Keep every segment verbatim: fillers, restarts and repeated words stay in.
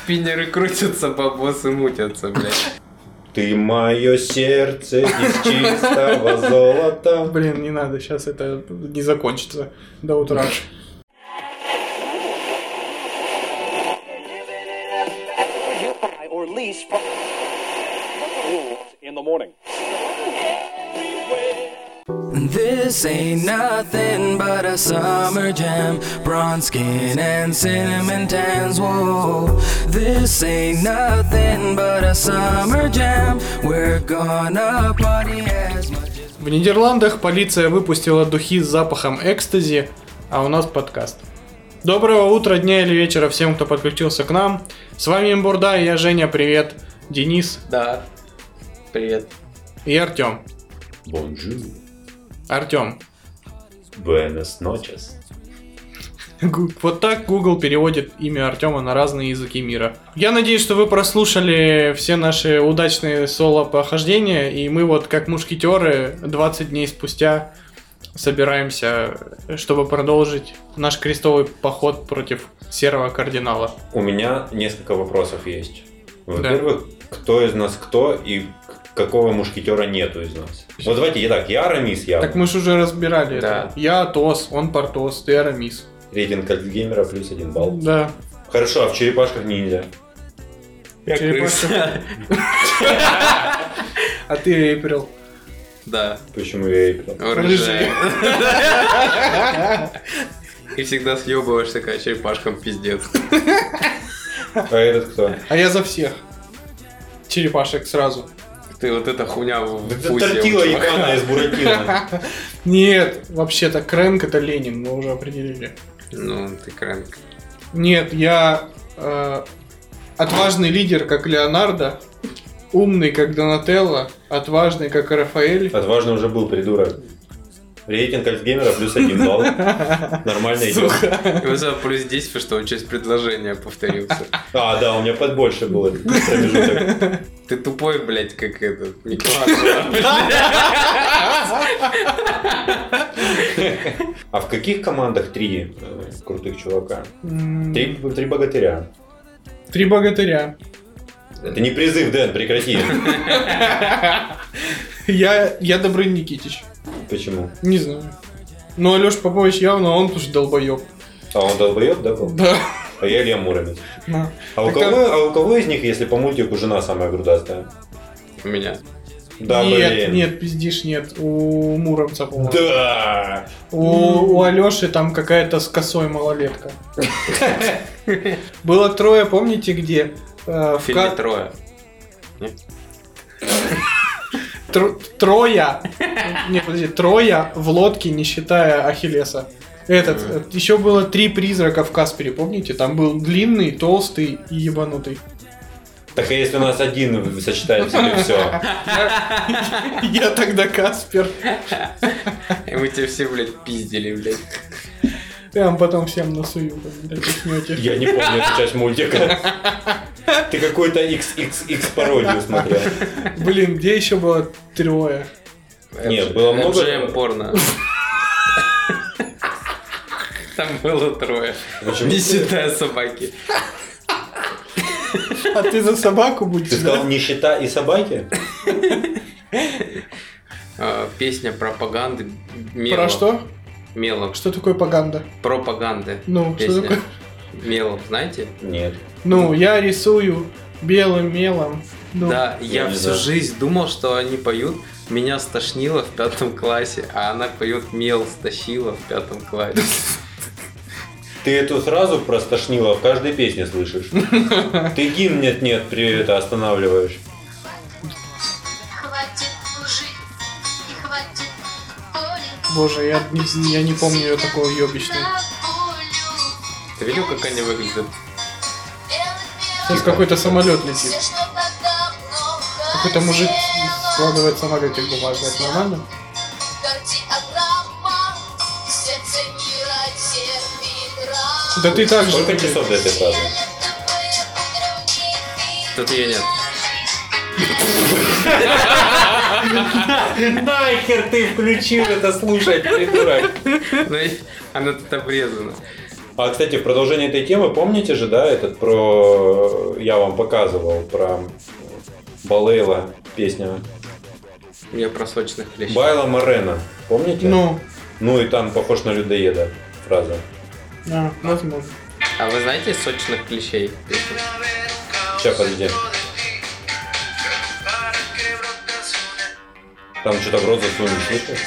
Спиннеры крутятся, бабосы мутятся, блядь. Ты мое сердце из чистого золота. Блин, не надо, сейчас это не закончится до утра. This ain't nothing but a summer jam. Bronze skin and cinnamon tans. Whoa, this ain't nothing but a summer jam. We're gonna party as much as... В Нидерландах полиция выпустила духи с запахом экстази, а у нас подкаст. Доброго утра, дня или вечера всем, кто подключился к нам. С вами Имбурда, и я Женя, привет. Денис. Да, привет. И Артём. Бонжур. Артём. Buenas noches. Вот так Google переводит имя Артёма на разные языки мира. Я надеюсь, что вы прослушали все наши удачные соло-похождения, и мы вот как мушкетеры двадцать дней спустя собираемся, чтобы продолжить наш крестовый поход против серого кардинала. У меня несколько вопросов есть. Во-первых, да. Кто из нас кто и какого мушкетера нету из нас? Вот давайте я так, я Арамис явно. Так мы же уже разбирали да. это. Я Атос, он Портос, ты Арамис. Рейтинг Альцгеймера плюс один балл. Да. Хорошо, а в черепашках ниндзя? Я крыса. А ты Эйприл. Да. Почему я Эйприл? Рыжая. И всегда съебываешься, когда черепашкам пиздец. А этот кто? А я за всех черепашек сразу. Ты вот эта хуйня в Это пузе. тортила ебаная из Буратино. Нет, вообще-то Крэнк это Ленин, мы уже определили. Ну, ты Крэнк. Нет, я э, отважный лидер, как Леонардо, умный, как Донателло, отважный, как Рафаэль. Отважный уже был, придурок. Рейтинг Альцгеймера плюс один балл. Нормально идет. И вот плюс десять, потому что он через предложение повторился. А, да, у меня подбольше был этот промежуток. Ты тупой, блядь, как этот. Не А в каких командах три э, крутых чувака? Три, три богатыря. Три богатыря. Это не призыв, Дэн, прекрати. Я, я Добрын Никитич. Почему? Не знаю. Ну, Алёша Попович явно, он тоже долбоёб. А он долбоёб, да, был? Да. А я Илья Муромец. Да. А у, кого, а у кого из них, если по мультику, жена самая грудастая? У меня. Да, нет, блин. нет, пиздишь, нет. У Муромца, по-моему. Да! У, у Алёши там какая-то с косой малолетка. Было трое, помните, где? В фильме Трое. Троя. Не, подожди, Троя в лодке, не считая Ахиллеса. Этот, mm. еще было три призрака в Каспере, помните? Там был длинный, толстый и ебанутый. Так а если у нас один сочетает в себе все? Я тогда Каспер. И мы тебя все, блядь, пиздили, блядь. Я вам потом всем насую, блядь, уснете. Я не помню эту часть мультика. Ты какую-то икс икс икс пародию смотрел. Блин, где еще было трое? Нет, было много... эм джи эм порно. Там было трое. Не считая собаки. А ты за собаку будешь? Ты сказал нищета и собаки? Песня пропаганды мелом. Про что? Мелом. Что такое пропаганда? Пропаганды. Ну, Песня. что такое? Мелом, знаете? Нет. Ну, я рисую белым мелом. Ну. Да, я, я всю знаю. жизнь думал, что они поют «Меня стошнило» в пятом классе, а она поет «Мел стошила» в пятом классе. Ты эту сразу простошнила в каждой песне слышишь. Ты гимн нет-нет при это останавливаешь. Боже, я не, я не помню ее такого ёбищной. Ты видел, как они выглядят? Сейчас какой-то самолет летит. Какой-то мужик складывает самолетик бумажный. Это нормально? Да ты так же. Сколько часов до этой фразы? Тут ее нет. Нахер ты включил это слушать, придурок. Ну, она тут обрезана. А, кстати, в продолжении этой темы, помните же, да, этот про я вам показывал про Балейла песня. Я про сочных клещей. Байла Морена, помните? Ну. Ну и там похож на людоеда фраза. А, возможно. А вы знаете сочных клещей? Песню? Сейчас, подожди. Там что-то в рот засунул, слышишь?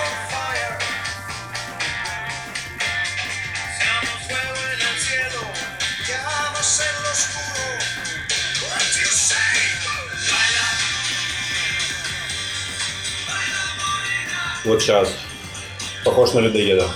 Вот сейчас. Похож на людоеда.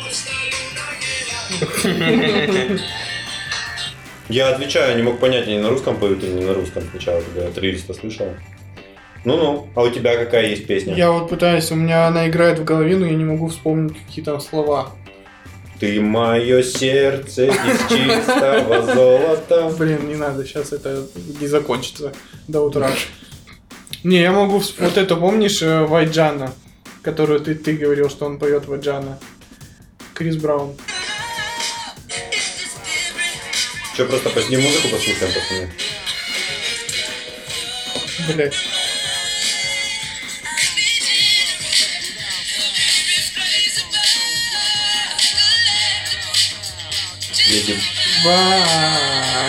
Я отвечаю, не мог понять, они на русском поют или не на русском сначала, когда я триллиста слышал. Ну-ну, а у тебя какая есть песня? Я вот пытаюсь, у меня она играет в голове, но я не могу вспомнить какие там слова. Ты мое сердце из чистого золота. Блин, не надо, сейчас это не закончится до утра. Не, я могу... всп- Вот это помнишь э, Вайджана, которую ты, ты говорил, что он поет Вайджана? Крис Браун. Че, просто пошли музыку послушаем, пацаны? Блять. Едем. Бай.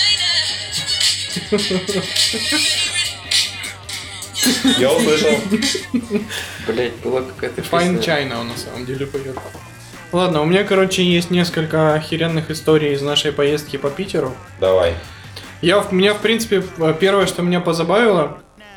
Я услышал. Блять, была какая-то Fine песня. China он на самом деле поет. Ладно, у меня, короче, есть несколько охеренных историй из нашей поездки по Питеру. Давай. Я, в- меня, в принципе, первое, что меня позабавило,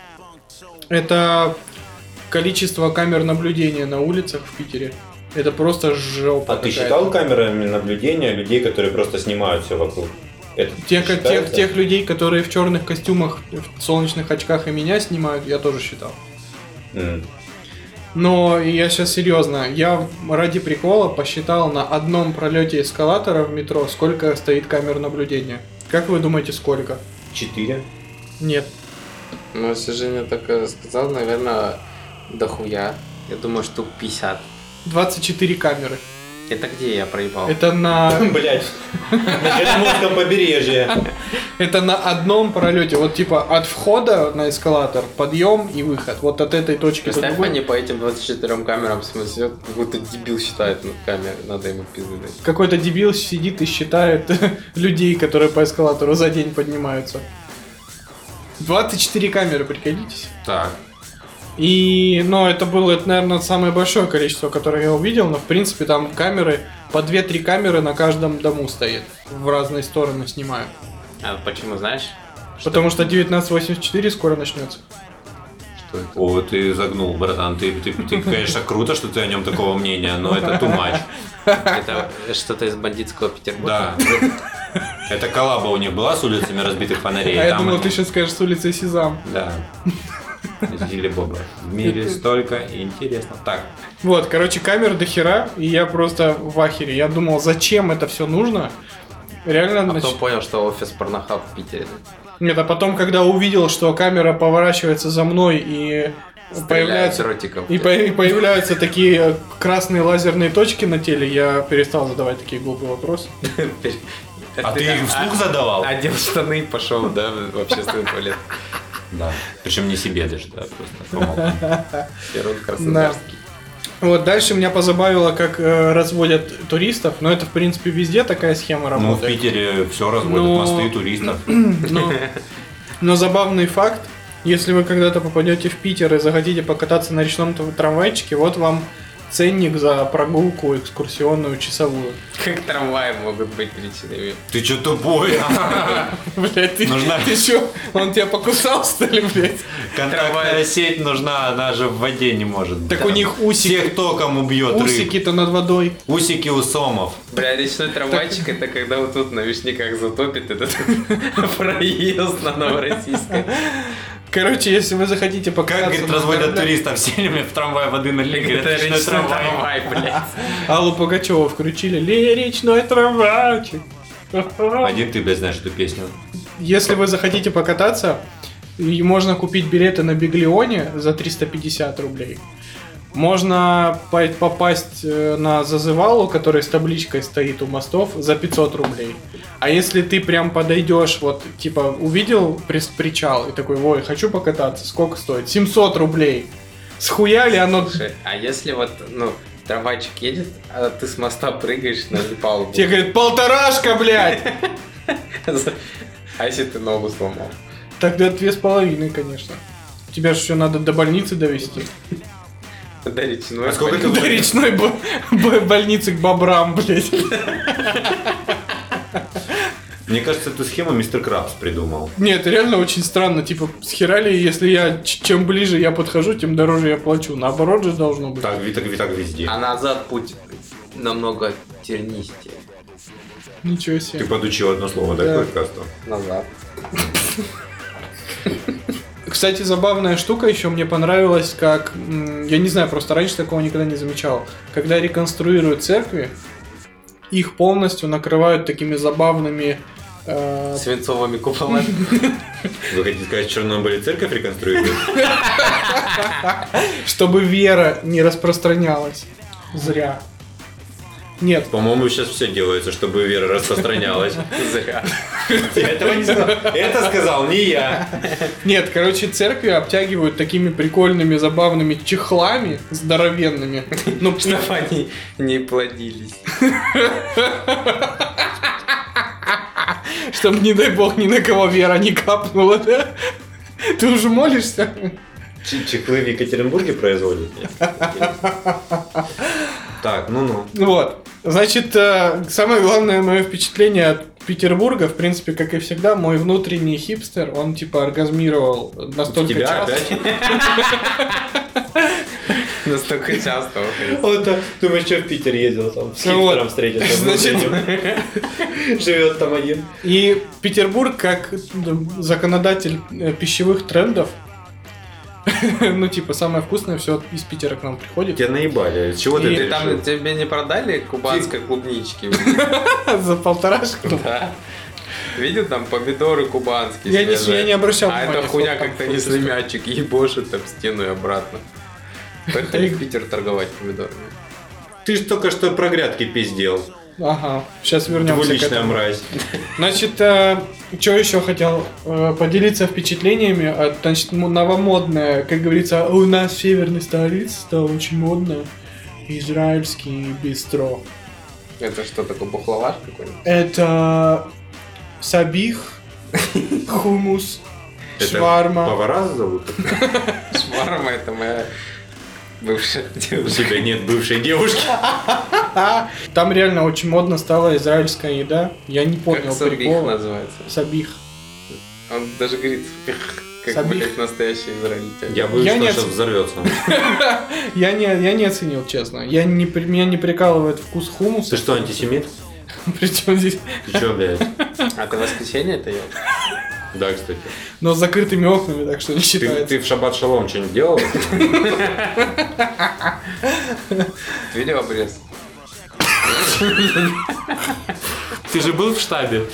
это количество камер наблюдения на улицах в Питере. Это просто жопа. А ты какая-то. считал камерами наблюдения людей, которые просто снимают все вокруг? Это Тех, тех, считается? тех людей, которые в черных костюмах, в солнечных очках и меня снимают, я тоже считал. М. Но я сейчас серьезно, я ради прикола посчитал на одном пролете эскалатора в метро, сколько стоит камер наблюдения. Как вы думаете, сколько? Четыре. Нет. Ну, если Женя так э, сказал, наверное, дохуя. Я думаю, штук пятьдесят. двадцать четыре камеры. Это где я проебал? Это на, Блять. На Черноморском побережье. это на одном пролете. Вот типа от входа на эскалатор, подъем и выход. Вот от этой точки до Представь, другой. они по этим двадцати четырем камерам смотрят, как будто дебил считает на камере. Надо ему пизды дать. Какой-то дебил сидит и считает людей, которые по эскалатору за день поднимаются. двадцать четыре камеры, прикиньтесь. Так. И, ну, это было, это, наверное, самое большое количество, которое я увидел, но, в принципе, там камеры, по две-три камеры на каждом дому стоит, в разные стороны снимают. А почему, знаешь? Потому что девятнадцать восемьдесят четыре скоро начнется. Что это? О, ты загнул, братан. Ты, ты, ты, конечно, круто, что ты о нем такого мнения, но это too much. Это что-то из бандитского Петербурга. Да. Это коллаба у них была с улицами разбитых фонарей. А я там думал, они- ты сейчас скажешь с улицы Сезам. Да. Или Боба. В мире столько интересно. Так. Вот, короче, камер до хера, и я просто в ахере. Я думал, зачем это все нужно? Реально, А нач- потом понял, что офис Порнохаб в Питере. Нет, а потом, когда увидел, что камера поворачивается за мной и Стреляют появляется... ротиком. И, по- и появляются такие красные лазерные точки на теле, я перестал задавать такие глупые вопросы. А ты их вслух задавал? Одел штаны и пошел, да, в общественный туалет. Да. Причем не себе даже, да, просто помог. Перун Краснодарский. Вот, дальше меня позабавило, как э, разводят туристов, но это, в принципе, везде такая схема Ну, в работает. Питере все разводят, Ну, мосты туристов. Но, но забавный факт, если вы когда-то попадете в Питер и захотите покататься на речном т- трамвайчике, вот вам ценник за прогулку экскурсионную часовую. Как трамваи могут быть речными? Ты чё тупой? Блять, ты, Нужна- ты чё, он тебя покусал, что ли, блядь? Контактная сеть нужна, она же в воде не может быть. Так у них усики, Всех током убьет рыб. усики-то над водой. Усики у сомов. Бля, речной трамвайчик это когда вот тут на Вишняках затопит этот проезд на Новороссийской. Короче, если вы захотите Как, покататься... говорит, на разводят корабле- туристов, сели в трамвай воды налили, говорят, Это речной речной трамвай. трамвай, блядь. Аллу Пугачеву включили. Ли, речной трамвайчик. Один ты, блядь, знаешь эту песню. Если вы захотите покататься, и можно купить билеты на Биглионе за триста пятьдесят рублей. Можно по- попасть э, на зазывалу, который с табличкой стоит у мостов, за пятьсот рублей. А если ты прям подойдешь, вот, типа, увидел прис- причал и такой, ой, хочу покататься, сколько стоит? семьсот рублей. Схуяли оно... Слушай, а если вот, ну, трамвайчик едет, а ты с моста прыгаешь на палубу? Тебе говорят, полторашка, блядь! А если ты ногу сломал? Тогда две с половиной, конечно. Тебя же еще надо до больницы довести. До речной. А сколько больницы. До речной бо- бо- больницы к бобрам, блядь. Мне кажется, эту схему мистер Крабс придумал. Нет, это реально очень странно. Типа, схерали, если я ч- чем ближе я подхожу, тем дороже я плачу. Наоборот же должно быть. Так, ви- так, ви- так везде. А назад путь намного тернистее. Ничего Ты себе. подучил одно слово, Да. так, подкасту? Назад. Кстати, забавная штука еще мне понравилась, как... м, Я не знаю, просто раньше такого никогда не замечал. Когда реконструируют церкви, их полностью накрывают такими забавными... э, Свинцовыми куполами. Вы хотите сказать, в Чернобыле церковь реконструируют? чтобы вера не распространялась. Зря. Нет. По-моему, сейчас все делается, чтобы вера распространялась. Зря. Я этого не знал. Это сказал не я. Нет, короче, церкви обтягивают такими прикольными, забавными чехлами здоровенными. Ну, Чтобы они не плодились. чтобы, не дай бог, ни на кого вера не капнула, да? Ты уже молишься? Ч- Чехлы в Екатеринбурге производят? Так, ну-ну. Вот. Значит, э, самое главное мое впечатление от Петербурга, в принципе, как и всегда, мой внутренний хипстер, он типа оргазмировал настолько Тебя часто. опять? Настолько часто. Он там, думаешь, что в Питер ездил, там, с Ну вот. хипстером встретился. Значит, Живет там один. И Петербург, как м, законодатель э, пищевых трендов, ну, типа, самое вкусное все из Питера к нам приходит. Тебя наебали. С чего ты И это Там решил? тебе не продали кубанской клубнички? За полторашку. Да. Видел там помидоры кубанские? Я не, свежие? я не обращал А внимания. эта хуйня сколько там как-то фруктов несли стоит. мячик, ебошит там в стену и обратно. Поехали в Питер торговать помидорами. Ты же только что про грядки пиздел. Ага, сейчас вернемся к Двуличная этому. мразь. Значит, что еще хотел э, поделиться впечатлениями. От, значит, м- новомодное, как говорится, у нас в северной столице стало очень модно израильский бистро. Это что, такой бухлаваш какой-нибудь? Это сабих, хумус, Это шварма. повара зовут? Шварма — это моя бывшая У девушка. тебя нет бывшей девушки. Там реально очень модно стала израильская еда. Я не Как понял сабих прикола. называется? Сабих. Он даже говорит «сабих», как, Сабих. как настоящий израильтянин. Я боюсь, Я что не сейчас оц- взорвется. Я не, я не оценил, честно. Я не, при- меня не прикалывает вкус хумуса. Ты что, антисемит? Причем здесь... Ты что, блядь? А ты в воскресенье это ел? Да, кстати. Но с закрытыми окнами, так что не Ты, считается. ты в шаббат шалом что-нибудь делал? Ты видел обрез? Ты же был в штабе.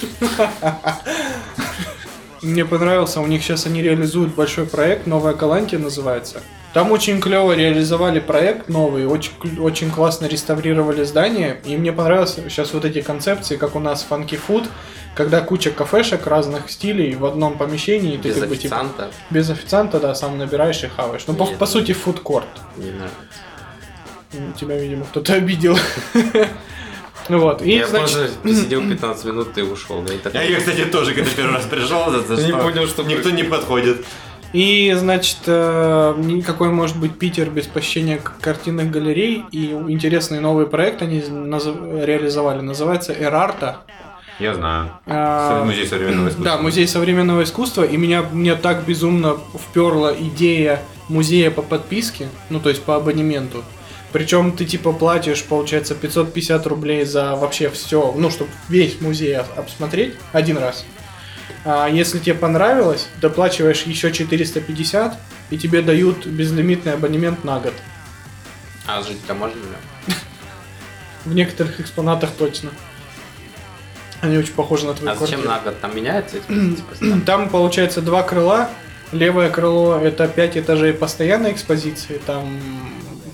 Мне понравился, у них сейчас они реализуют большой проект, Новая Голландия называется. Там очень клево реализовали проект новый, очень, кл- очень классно реставрировали здание. И мне понравилось сейчас вот эти концепции, как у нас Funky Food, когда куча кафешек разных стилей в одном помещении. и ты Без как бы, типа, официанта? без официанта, да, сам набираешь и хаваешь. Ну, по, Нет. по сути, фудкорт. Не нравится. Тебя, видимо, кто-то обидел. Ну вот, и, Я значит... просто посидел пятнадцать минут и ушел. Да, и так- Я, кстати, тоже, когда первый раз пришел, за- за Не что понял, что никто не подходит. И, значит, э, никакой может быть Питер без посещения к- картинных галерей. И интересный новый проект они наз- реализовали. Называется Эрарта. Я знаю. А, Музей современного искусства. Да, музей современного искусства. И меня мне так безумно вперла идея музея по подписке. Ну, то есть по абонементу. Причем ты типа платишь, получается, пятьсот пятьдесят рублей за вообще все, ну, чтобы весь музей ос- обсмотреть один раз. А если тебе понравилось, доплачиваешь еще четыреста пятьдесят, и тебе дают безлимитный абонемент на год. А жить-то можно? Да? В некоторых экспонатах точно. Они очень похожи на твою А зачем квартиру. на год? Там меняется экспозиция постоянно? Там получается два крыла. Левое крыло это пять этажей постоянной экспозиции. Там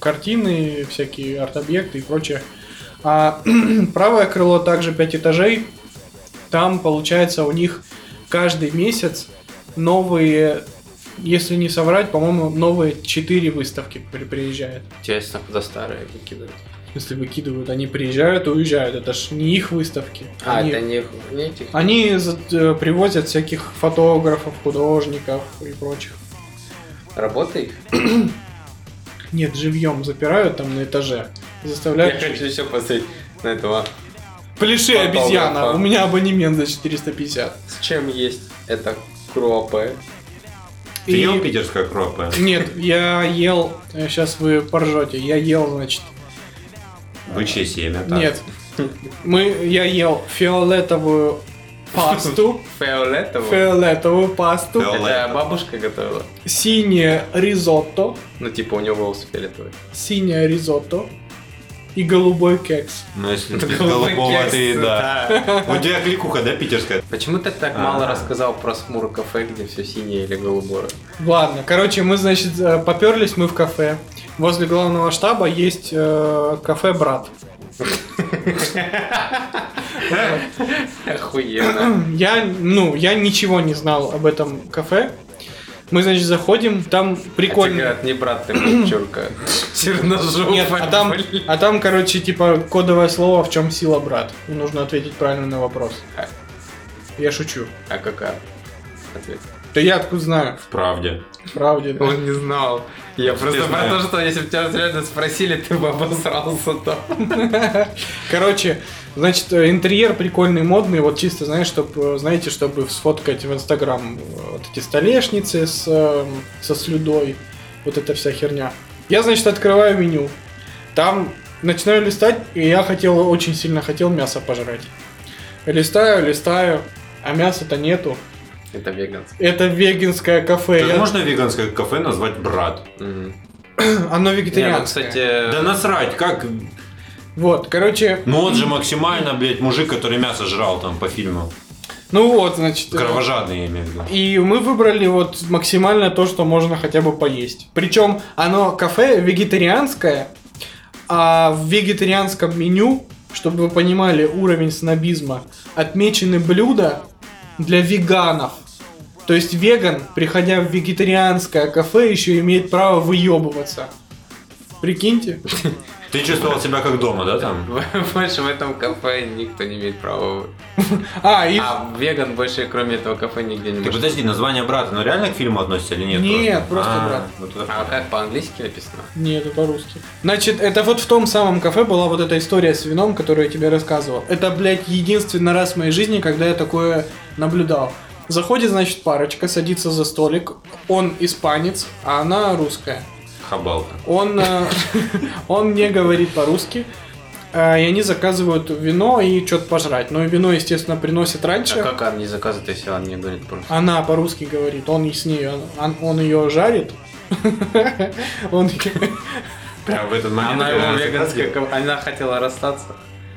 картины, всякие арт-объекты и прочее. А правое крыло также пять этажей. Там, получается, у них каждый месяц новые, если не соврать, по-моему, новые четыре выставки при- приезжают. Интересно, куда старые выкидывают. Если выкидывают, они приезжают и уезжают. Это ж не их выставки. А, они, это не, не этих? они за- э, привозят всяких фотографов, художников и прочих. Работа их? Нет, живьем запирают там на этаже. Заставляют... Я хочу еще посмотреть на этого. Пляши, фотографа. обезьяна, у меня абонемент за четыреста пятьдесят. С чем есть это кропы? Ты И- ел питерское кропы? Нет, я ел... Сейчас вы поржете. Я ел, значит... Бычье семя. так. Нет. Мы, я ел фиолетовую пасту. Фиолетовую? Фиолетовую пасту. Фиол- Это бабушка готовила? Синее ризотто. Ну, типа, у него волосы фиолетовые. Синее ризотто. И голубой кекс. Ну, если Это без голубой голубого кекс, ты, да. да. У тебя кликуха, да, питерская? Почему ты так А. мало рассказал про Смур кафе, где все синее или голубое? Ладно, короче, мы, значит, э, поперлись мы в кафе. Возле главного штаба есть э, кафе «Брат». Охуенно. Я, ну, я ничего не знал об этом кафе. Мы, значит, заходим, там А тебе прикольно. говорят, не брат, ты мальчурка. Черножопая. Нет, а там, блин. а там, короче, типа кодовое слово «В чем сила, брат?» И нужно ответить правильно на вопрос. А. Я шучу. А какая? Ответ. Да я откуда знаю? В правде. Правде, да. Он не знал. Я Ты просто про знаешь. то, что если бы тебя реально спросили, ты бы обосрался там. Короче, значит, э, интерьер прикольный, модный, вот чисто, знаешь, чтобы, знаете, чтобы сфоткать в Инстаграм э, вот эти столешницы с, э, со слюдой, вот эта вся херня. Я, значит, открываю меню, там начинаю листать, и я хотел, очень сильно хотел мясо пожрать. Листаю, листаю, а мяса-то нету. Это веганский. Это веганское кафе. Как Я- можно веганское кафе назвать брат? Мгм. Оно Не, ну, вегетарианское. кстати, Да насрать, как? Вот, короче, Ну он же максимально, блядь, мужик, который мясо жрал там по фильму. ну вот, значит... э, Кровожадный, я имею в виду. И мы выбрали вот максимально то, что можно хотя бы поесть. Причем оно кафе вегетарианское, а в вегетарианском меню, чтобы вы понимали уровень снобизма, отмечены блюда для веганов. То есть веган, приходя в вегетарианское кафе, еще имеет право выебываться. Прикиньте. Ты чувствовал себя как дома, да, там? больше в этом кафе никто не имеет права. А, и... А веган больше, кроме этого кафе, нигде не Ты может. подожди, название брата, ну реально к фильму относится или нет? Нет, просто А, брат. вот это- А как по-английски написано? Нет, это по-русски. Значит, это вот в том самом кафе была вот эта история с вином, которую я тебе рассказывал. Это, блядь, единственный раз в моей жизни, когда я такое наблюдал. Заходит, значит, парочка, садится за столик. Он испанец, а она русская. Хабалка. Он, э, он не говорит по-русски. э, И они заказывают вино и что-то пожрать. Но вино, естественно, приносят раньше. А как он не заказывает, если он не говорит просто? Она по-русски говорит, он с ней, он, он ее жарит. Он Прям в этот момент. Она когда его она веганская, заказывает. ка- она хотела расстаться.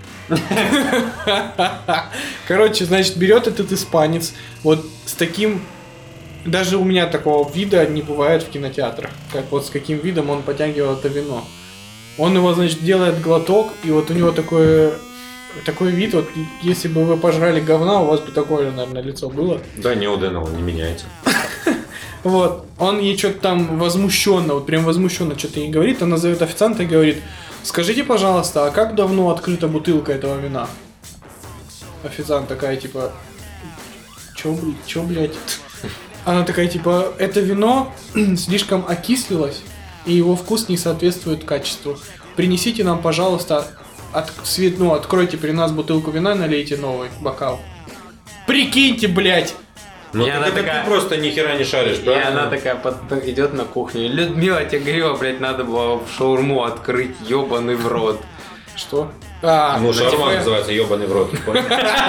Короче, значит, берет этот испанец вот с таким... Даже у меня такого вида не бывает в кинотеатрах. Как вот с каким видом он потягивал это вино. Он его, значит, делает глоток, и вот у него такое... Такой вид, вот если бы вы пожрали говна, у вас бы такое, наверное, лицо было. Да, не у Дэна, он не меняется. Вот, он ей что-то там возмущенно, вот прям возмущенно что-то ей говорит, она зовет официанта и говорит: скажите, пожалуйста, а как давно открыта бутылка этого вина? Официант такая, типа, чё, блядь, чё, блядь? Она такая, типа, это вино слишком окислилось, и его вкус не соответствует качеству. Принесите нам, пожалуйста, от, свет, ну, откройте при нас бутылку вина, налейте новый бокал. Прикиньте, блядь! Ну И так она это такая- ты просто ни хера не шаришь, И правильно? она такая под- идет на кухню. Людмила, тебе говорила, блядь, надо было шаурму открыть, ебаный в рот. Что? А, Ну, типа, шаурма называется ебаный в рот. понял?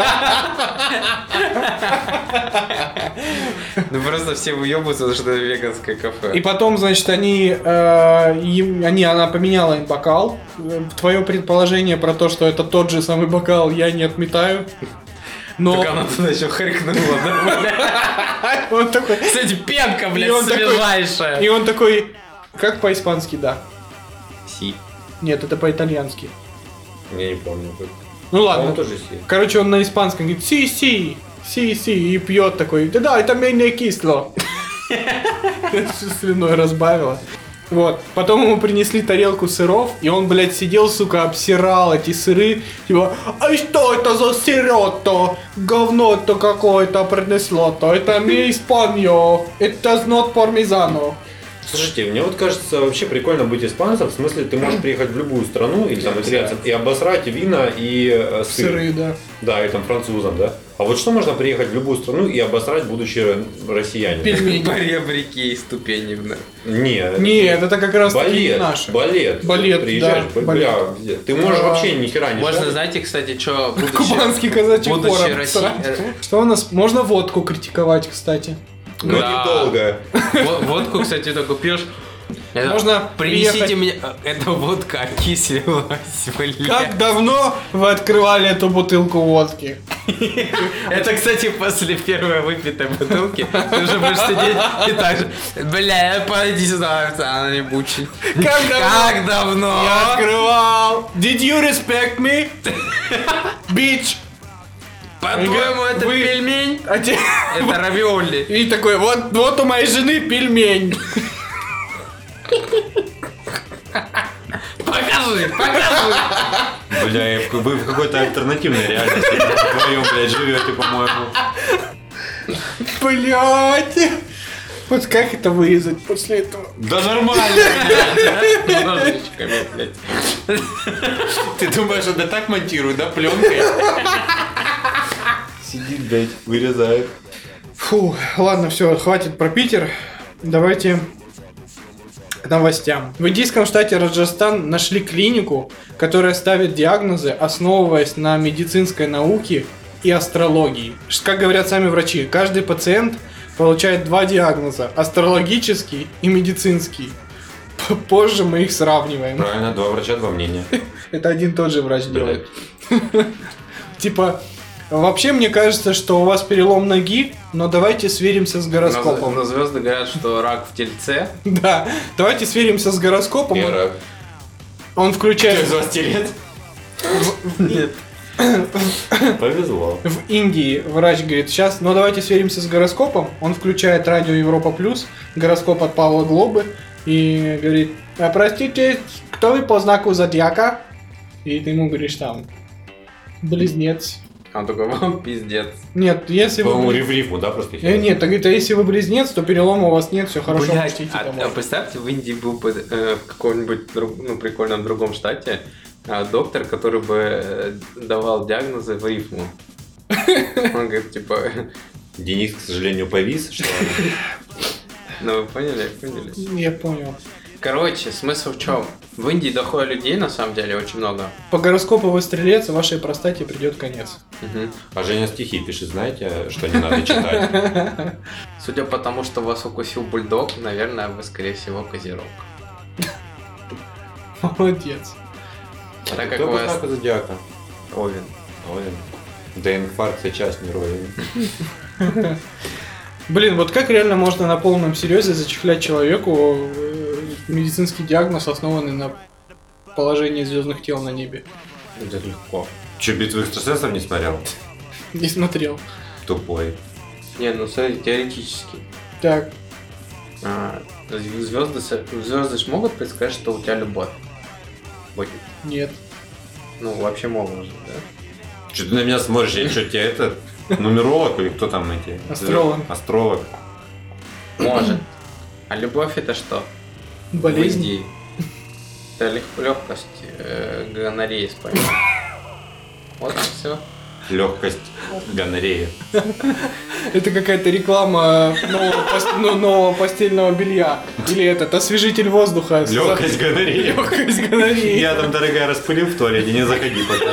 Ну просто все выебываются, потому что это веганское кафе. И потом, значит, они, э, им- они, она поменяла им бокал. Твое предположение про то, что это тот же самый бокал, я не отметаю. Но Так она туда еще хрикнула, да, блядь. он такой, Кстати, пенка, И блядь, он такой- свежайшая. и он такой, как по-испански, да. Си. Нет, это по-итальянски. Я не помню. Как. Ну ладно. Он тоже Си. Короче, он на испанском говорит си-си, си-си, и пьет такой, да, это менее кисло. Слюной разбавило. Вот. Потом ему принесли тарелку сыров, и он, блядь, сидел, сука, обсирал эти сыры. Типа, а что это за сырё-то? Говно-то какое-то принесло-то. Это не Испаньо. Это not parmesano. Слушайте, мне вот кажется, вообще прикольно быть испанцем. В смысле, ты можешь приехать в любую страну или там итальянцам и обосрать вина и э, сыр. Сыры, да. Да, и там французам, да. А вот что можно приехать в любую страну и обосрать, будучи россиянин? Пельмени. Поребрики и ступени. Не, Нет, это как раз таки не балет, наше. балет. Балет, Приезжаешь, да, бля, балет. где? Ты можешь Да. вообще ни хера не Можно, знать. знаете, кстати, что будучи, Кубанский казачий хор будучи обсрать. Россией... Что у нас? Можно водку критиковать, кстати. Но Да. недолго. Водку, кстати, только пьешь. Это- Можно принесите приехать- мне... Эта водка окислилась, блядь. Как давно вы открывали эту бутылку водки? Это, кстати, после первой выпитой бутылки ты уже будешь сидеть и так же, бля, пойди сюда, она не бучит. Как давно? Как давно? Я открывал. Did you respect me? Bitch. По-твоему, это Вы- пельмень? А те- Это равиоли. И такой, вот, вот у моей жены пельмень. Покажи, покажи. Бля, и вы в какой-то альтернативной реальности вдвоем, блядь, живете, по-моему. Блять. Вот как это вырезать после этого? Да нормально, блядь. Ножичками, блядь. Ты думаешь, это так монтируют, да, пленкой? Сидит, блядь, вырезает. Фу, ладно, все, хватит про Питер. Давайте к новостям. В индийском штате Раджастан нашли клинику, которая ставит диагнозы, основываясь на медицинской науке и астрологии. Как говорят сами врачи, каждый пациент получает два диагноза: астрологический и медицинский. П- Позже мы их сравниваем. Правильно, два врача, два мнения. Это один и тот же врач делает. Типа, вообще мне кажется, что у вас перелом ноги, но давайте сверимся с гороскопом. Но звезды говорят, что рак в тельце. Да, давайте сверимся с гороскопом. Он- Вера, Он включает из вас телец? Нет. Повезло. в Индии врач говорит, сейчас, ну давайте сверимся с гороскопом. Он включает радио Европа Плюс, гороскоп от Павла Глобы, и говорит, «А, простите, кто вы по знаку зодиака? И ты ему говоришь там, близнец. Он такой, вам пиздец. Нет, если вы... По-моему, бли- риф рифму, да, просто? Э, Нет, так говорит, а если вы близнец, то перелома у вас нет, все хорошо, Блядь, пустите а, домой. а представьте, в Индии был бы э, в каком-нибудь друг- ну, прикольном другом штате э, доктор, который бы э, давал диагнозы в рифму. Он говорит, типа, Денис, к сожалению, повис, что ну вы поняли, поняли. Я понял. Короче, смысл в чем? В Индии дохода людей на самом деле очень много. По гороскопу вы стрелец, вашей простате придет конец. Мгм. А Женя стихи пишет, знаете, что не надо читать? Судя по тому, что вас укусил бульдог, наверное, вы, скорее всего, козерог. Молодец. Так как Кто у по вас знаку зодиака? Овен. Овен. Да инфаркт сейчас не ровен. Блин, вот как реально можно на полном серьезе зачехлять человеку э, медицинский диагноз, основанный на положении звездных тел на небе? Это легко. Че, битву экстрасенсов не смотрел? Не смотрел. Тупой. Не, ну смотри, теоретически. Так, А, звезды, со- звезды ж могут предсказать, что у тебя любовь будет. нет. Ну, вообще могут же, да? Че ты на меня смотришь? Я что, тебе это нумеролог или кто там эти? Астролог. Астролог. Может. А любовь это что? В Болезнь. Индии. Это лег- легкость э, гонореи спать. Вот и все. Легкость гонореи. Это какая-то реклама нового, пос- ну, нового постельного белья. Или этот освежитель воздуха. с- Легкость гонореи. Легкость гонореи. Я там, дорогая, распылил в туалете, не заходи пока.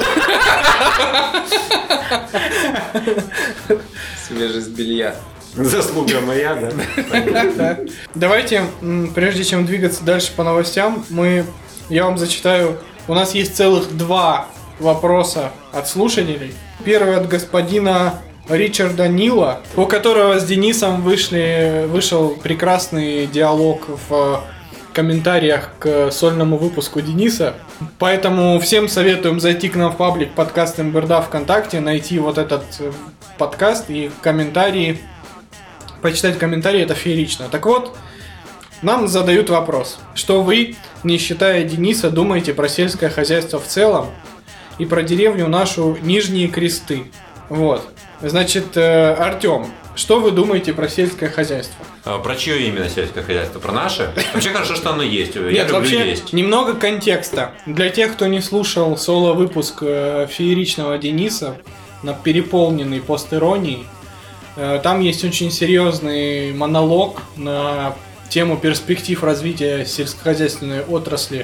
Свежесть белья. Заслуга моя, да? Да. Давайте, м, прежде чем двигаться дальше по новостям, мы, я вам зачитаю. У нас есть целых два вопроса от слушателей. Первый от господина Ричарда Нила, у которого с Денисом вышли, вышел прекрасный диалог в комментариях к сольному выпуску Дениса. Поэтому всем советуем зайти к нам в паблик подкаст МБРДА ВКонтакте, найти вот этот подкаст и комментарии, почитать комментарии, это феерично. Так вот, нам задают вопрос, что вы, не считая Дениса, думаете про сельское хозяйство в целом и про деревню нашу Нижние Кресты. Вот. Значит, Артем, что вы думаете про сельское хозяйство? А, про чье именно сельское хозяйство? Про наше? Вообще хорошо, что оно есть. Я Нет, люблю вообще, есть. Немного контекста. Для тех, кто не слушал соло-выпуск фееричного Дениса, на переполненный пост-иронией, там есть очень серьезный монолог на тему перспектив развития сельскохозяйственной отрасли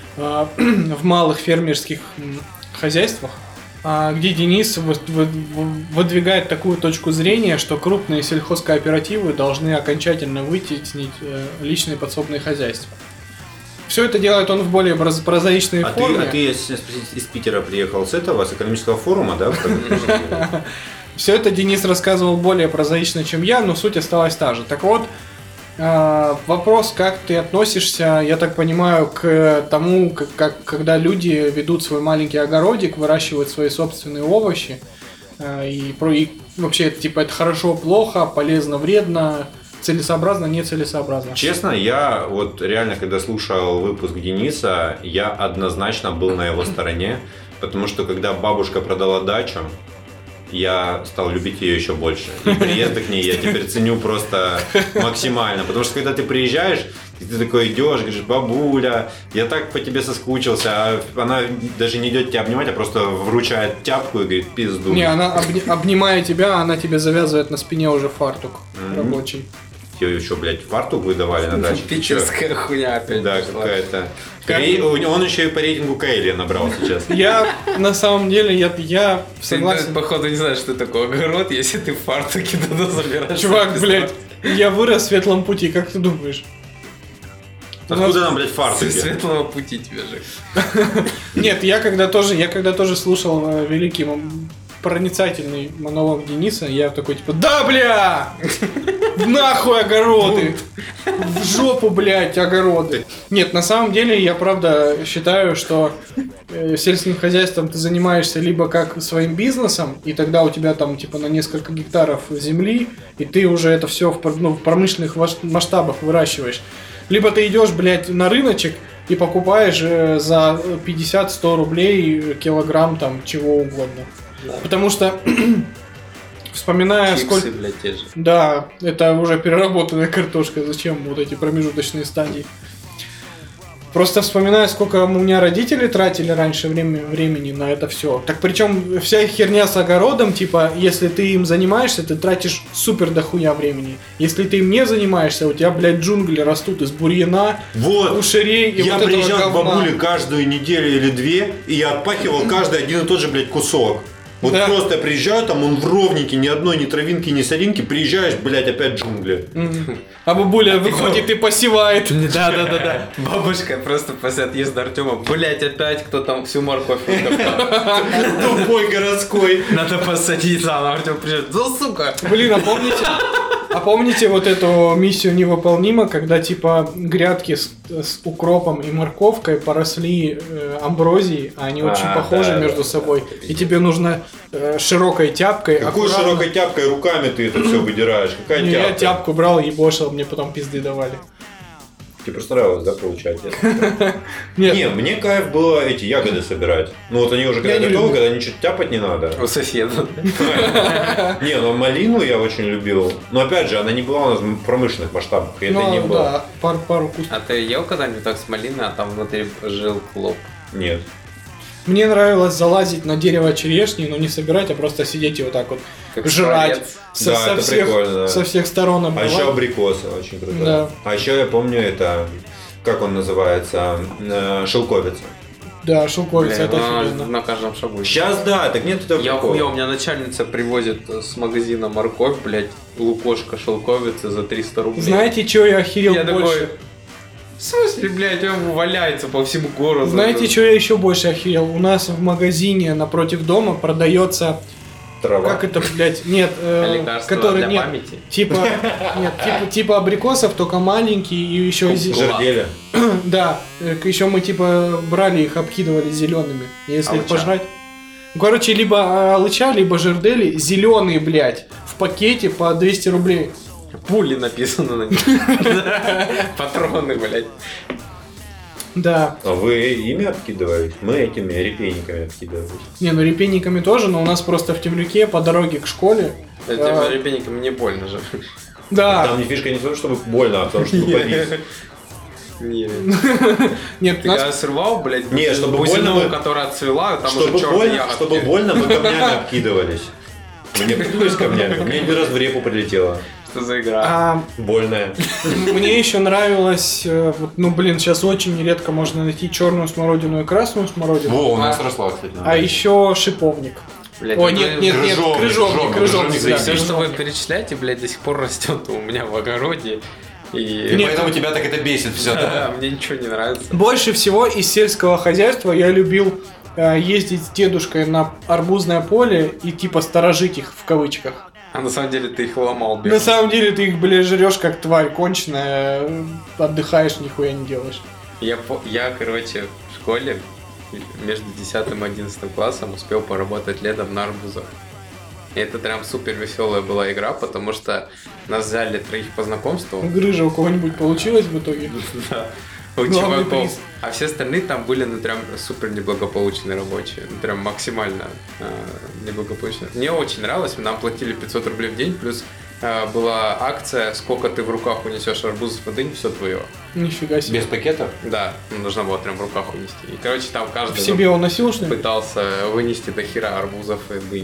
в малых фермерских хозяйствах, где Денис выдвигает такую точку зрения, что крупные сельхозкооперативы должны окончательно вытеснить личные подсобные хозяйства. Все это делает он в более прозаичной а форме. Ты, а ты если из Питера приехал с этого, с экономического форума, да? Все это Денис рассказывал более прозаично, чем я, но суть осталась та же. Так вот, вопрос, как ты относишься, я так понимаю, к тому, как, как когда люди ведут свой маленький огородик, выращивают свои собственные овощи, и, и вообще, типа, это хорошо, плохо, полезно, вредно, целесообразно, нецелесообразно. Честно, я вот реально, когда слушал выпуск Дениса, я однозначно был на его стороне, потому что когда бабушка продала дачу, я стал любить ее еще больше. И приезды к ней я теперь ценю просто максимально. Потому что когда ты приезжаешь, и ты такой идешь, говоришь: бабуля, я так по тебе соскучился. А она даже не идет тебя обнимать, а просто вручает тяпку и говорит: пизду. Не, она обни- обнимая тебя, она тебе завязывает на спине уже фартук mm-hmm. рабочий. Тебе еще, блядь, фартук выдавали на даче. Питерская хуйня опять. Да, пришла. какая-то. Ре... Он еще и по рейтингу Кейли набрал сейчас. Я, на самом деле, я, я согласен. Ты, походу, не знаешь, что такое огород, если ты в фартуке туда забираешь. Чувак, блядь, я вырос в светлом пути, как ты думаешь? Откуда нас... нам, блядь, фартуки? С светлого пути тебе же. Нет, я когда тоже, я когда тоже слушал великий проницательный монолог Дениса, я такой типа: да, бля! Нахуй огороды! В жопу, блядь, огороды! Нет, на самом деле, я правда считаю, что э, сельским хозяйством ты занимаешься либо как своим бизнесом, и тогда у тебя там типа на несколько гектаров земли, и ты уже это все в, ну, в промышленных масштабах выращиваешь. Либо ты идешь, блядь, на рыночек и покупаешь э, за пятьдесят-сто рублей килограмм там чего угодно. Да. Потому что, вспоминая чипсы, сколько... блядь, те же. Да, это уже переработанная картошка. Зачем вот эти промежуточные стадии? Просто вспоминая, сколько у меня родители тратили раньше время, времени на это все. Так причем вся их херня с огородом, типа, если ты им занимаешься, ты тратишь супер дохуя времени. Если ты им не занимаешься, у тебя, блядь, джунгли растут из бурьяна, вот. Кушерей и я вот приезжал этого к говна. бабуле каждую неделю или две, и я отпахивал каждый один и тот же, блядь, кусок. Вот да. Просто я приезжаю, там он в ровнике, ни одной ни травинки, ни соринки, приезжаешь, блядь, опять джунгли. Mm-hmm. А бабуля выходит и посевает. Да-да-да. Бабушка просто после отъезда Артема: блядь, опять кто там всю морковь тупой городской. Надо посадить заново. Артем приезжает: да, сука. Блин, а помните? А помните вот эту миссию невыполнима, когда типа грядки с, с укропом и морковкой поросли э, амброзией, а они а, очень похожи да, между да, собой, да, и тебе нужно э, широкой тяпкой. Какой аккуратно... широкой тяпкой руками ты это все выдираешь? Какая Не, тяпка? Я тяпку брал, ебошил, мне потом пизды давали. Тебе просто нравилось, да, получать это? Нет. Не, мне кайф было эти ягоды собирать. Ну вот они уже когда готовы, когда ничего тяпать не надо. У соседа. Не, ну малину я очень любил. Но опять же, она не была у нас в промышленных масштабах. Это не было. Да, пару кусков. А ты ел когда-нибудь так с малиной, а там внутри жил клоп? Нет. Мне нравилось залазить на дерево черешни, но не собирать, а просто сидеть и вот так вот как жрать со, да, со, это всех, да. со всех сторон. Обрывать. А еще абрикосы очень круто. Да. А еще я помню это, как он называется, шелковица. Да, шелковица, Бля, это на, офигенно. на каждом шагу. Сейчас да, так нет этого Я прикола. хуя, у меня начальница привозит с магазина морковь, блядь, лукошка шелковицы за триста рублей. Знаете, что я охерел я больше? Такой, в смысле, блядь, он валяется по всему городу. Знаете, что я еще больше охерел? У нас в магазине напротив дома продается... Трава. Как это, блядь, нет, э, который для нет, памяти? Типа, нет, типа, типа абрикосов, только маленькие и еще из... Жердели. Да, еще мы типа брали их, обкидывали зелеными. Если их Алыча. пожрать. Короче, либо алыча, либо жердели зеленые, блядь, в пакете по двести рублей. Пули написано на них. Патроны, блядь. Да. А вы ими обкидывались? Мы этими репейниками обкидывались. Не, ну репейниками тоже, но у нас просто в Темрюке по дороге к школе. Этим а, репейникам не больно же. Да. Там не фишка не в том, чтобы больно, а в том, чтобы побить. Нет. Нет, Ты у нас... когда срывал, блядь, Не, чтобы бузину, больно мы- которая отцвела, там Чтобы уже черные больно, ягодки. чтобы больно, мы камнями обкидывались. Мне пришлось камнями. Мне один раз в репу прилетело. Что за игра? А, Больная. мне еще нравилось, э, вот, ну блин, сейчас очень редко можно найти черную смородину и красную смородину. Во, у нас а, росла, кстати. а еще шиповник. Блядь, О, вы- нет, нет, нет, крыжовник, крыжовник, крыжовник, крыжовник, крыжовник, да, Все, что вы крыжовник. перечисляете, блядь, до сих пор растет у меня в огороде. И И Нет. поэтому тебя так это бесит все, да? Да, мне ничего не нравится. Больше всего из сельского хозяйства я любил э, ездить с дедушкой на арбузное поле и типа сторожить их в кавычках. А на самом деле ты их ломал, На блядь. самом деле ты их, бля, жрешь как тварь конченая, э, отдыхаешь, нихуя не делаешь. Я, по- я, короче, в школе между десятым и одиннадцатым классом успел поработать летом на арбузах. И это прям супер веселая была игра, потому что нас взяли троих по знакомству. Грыжа у кого-нибудь получилась в итоге? Да. У Главный чуваков. приз. А все остальные там были, ну, прям супер неблагополучные рабочие. Ну, прям максимально э, неблагополучные. Мне очень нравилось, нам платили пятьсот рублей в день, плюс э, была акция, сколько ты в руках унесешь арбузов в день, все твое. Нифига себе. Без пакетов? Да, ну, нужно было прям в руках унести. И, короче, там В каждый себе он носил, что ли? пытался вынести до хера арбузов и дынь.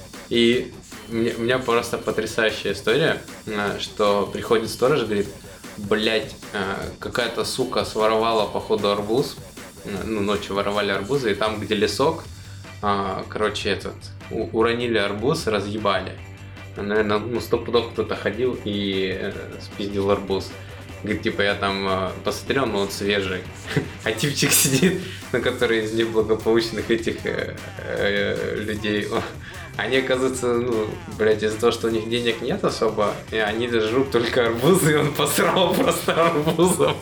И мне- у меня просто потрясающая история, э, что приходит сторож и говорит: блять, какая-то сука своровала походу арбуз, э, ну ночью воровали арбузы, и там где лесок, э, короче этот, у- уронили арбуз, разъебали. Наверное, ну сто пудов кто-то ходил и э, спиздил арбуз. Говорит, типа, я там э, посмотрел, ну вот свежий. А типчик сидит, на который из неблагополучных этих э, э, людей. Они, оказывается, ну, блядь, из-за того, что у них денег нет особо, и они жрут только арбузы, и он посрал просто арбузом.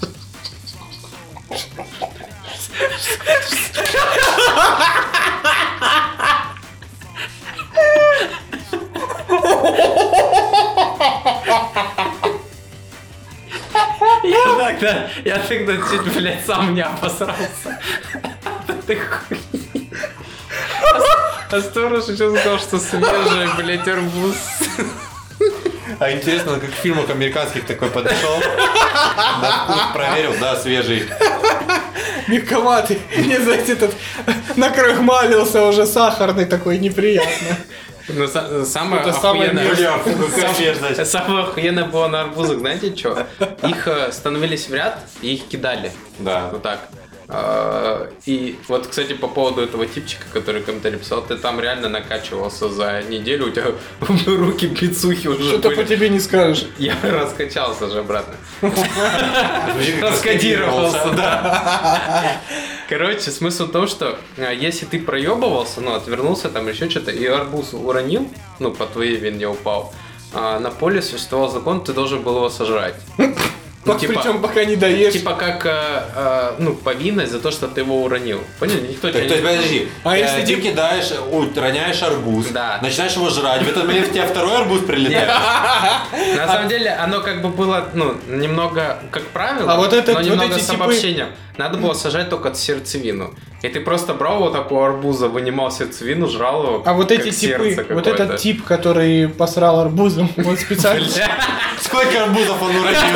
Я тогда, я тогда чуть, блядь, сам не обосрался. От этой хуйни. А сторож еще сказал, что свежий, блядь, арбуз. А интересно, как в фильмах американских такой подошел, на вкус проверил, да, свежий. Мягковатый. Не, знаете, этот накрахмалился уже сахарный такой, неприятно. Ну, са- самое Это самое охуенное... Бля, фу, какая Сам- мерзость. Самое охуенное было на арбузах, знаете что? Их э, становились в ряд и их кидали. Да. Вот так. А, И вот, кстати, по поводу этого типчика, который комментарий писал, ты там реально накачивался за неделю, у тебя руки пиццухи уже Что-то по были. тебе не скажешь. Я раскачался же обратно. Раскодировался, да. Короче, смысл в том, что а, если ты проебывался, ну, отвернулся там еще что-то, и арбуз уронил, ну, по твоей вине упал, а, на поле существовал закон, ты должен был его сожрать. Ну, типа- Причем пока не доешь. Типа как, э, э, ну, повинность за то, что ты его уронил. Поняли? Никто Так, тебя то есть, не... подожди, А э, если ты типа- кидаешь, ой, роняешь арбуз, Да. начинаешь его жрать, в этот момент в тебя второй арбуз прилетает. На самом деле, оно как бы было, ну, немного, как правило, А вот этот- но вот немного эти с типы- обобщением. Надо было сажать только сердцевину. И ты просто брал вот такого арбуза, вынимал сердцевину, жрал его, А вот как эти сердце типы, вот какое-то. этот тип, который посрал арбузом, он специально... Сколько арбузов он уронил?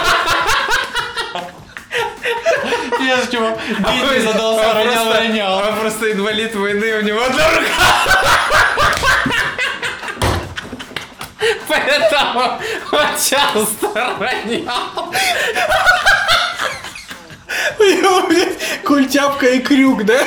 Я же чего, бить не задался, Он ронял, просто- ронял. Он просто инвалид войны, у него одна рука. Поэтому он часто ронял. У него, блядь, культяпка и крюк, да?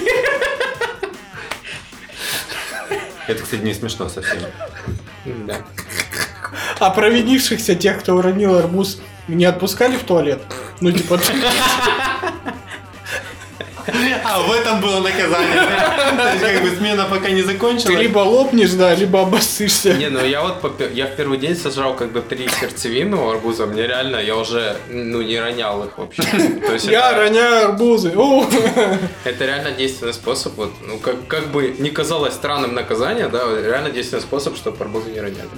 Это, кстати, не смешно совсем. Да. А провинившихся тех, кто уронил арбуз, не отпускали в туалет? Ну, типа... А в этом было наказание. То есть как бы смена пока не Ты закончилась. либо лопнешь, да, либо обоссышься. Не, ну я вот попе- я в первый день сожрал как бы три сердцевины арбуза. Мне реально, я уже ну не ронял их вообще. То есть Я это, роняю арбузы. О! это реально действенный способ. Вот, ну как, как бы не казалось странным наказание, да, вот реально действенный способ, чтобы арбузы не роняли.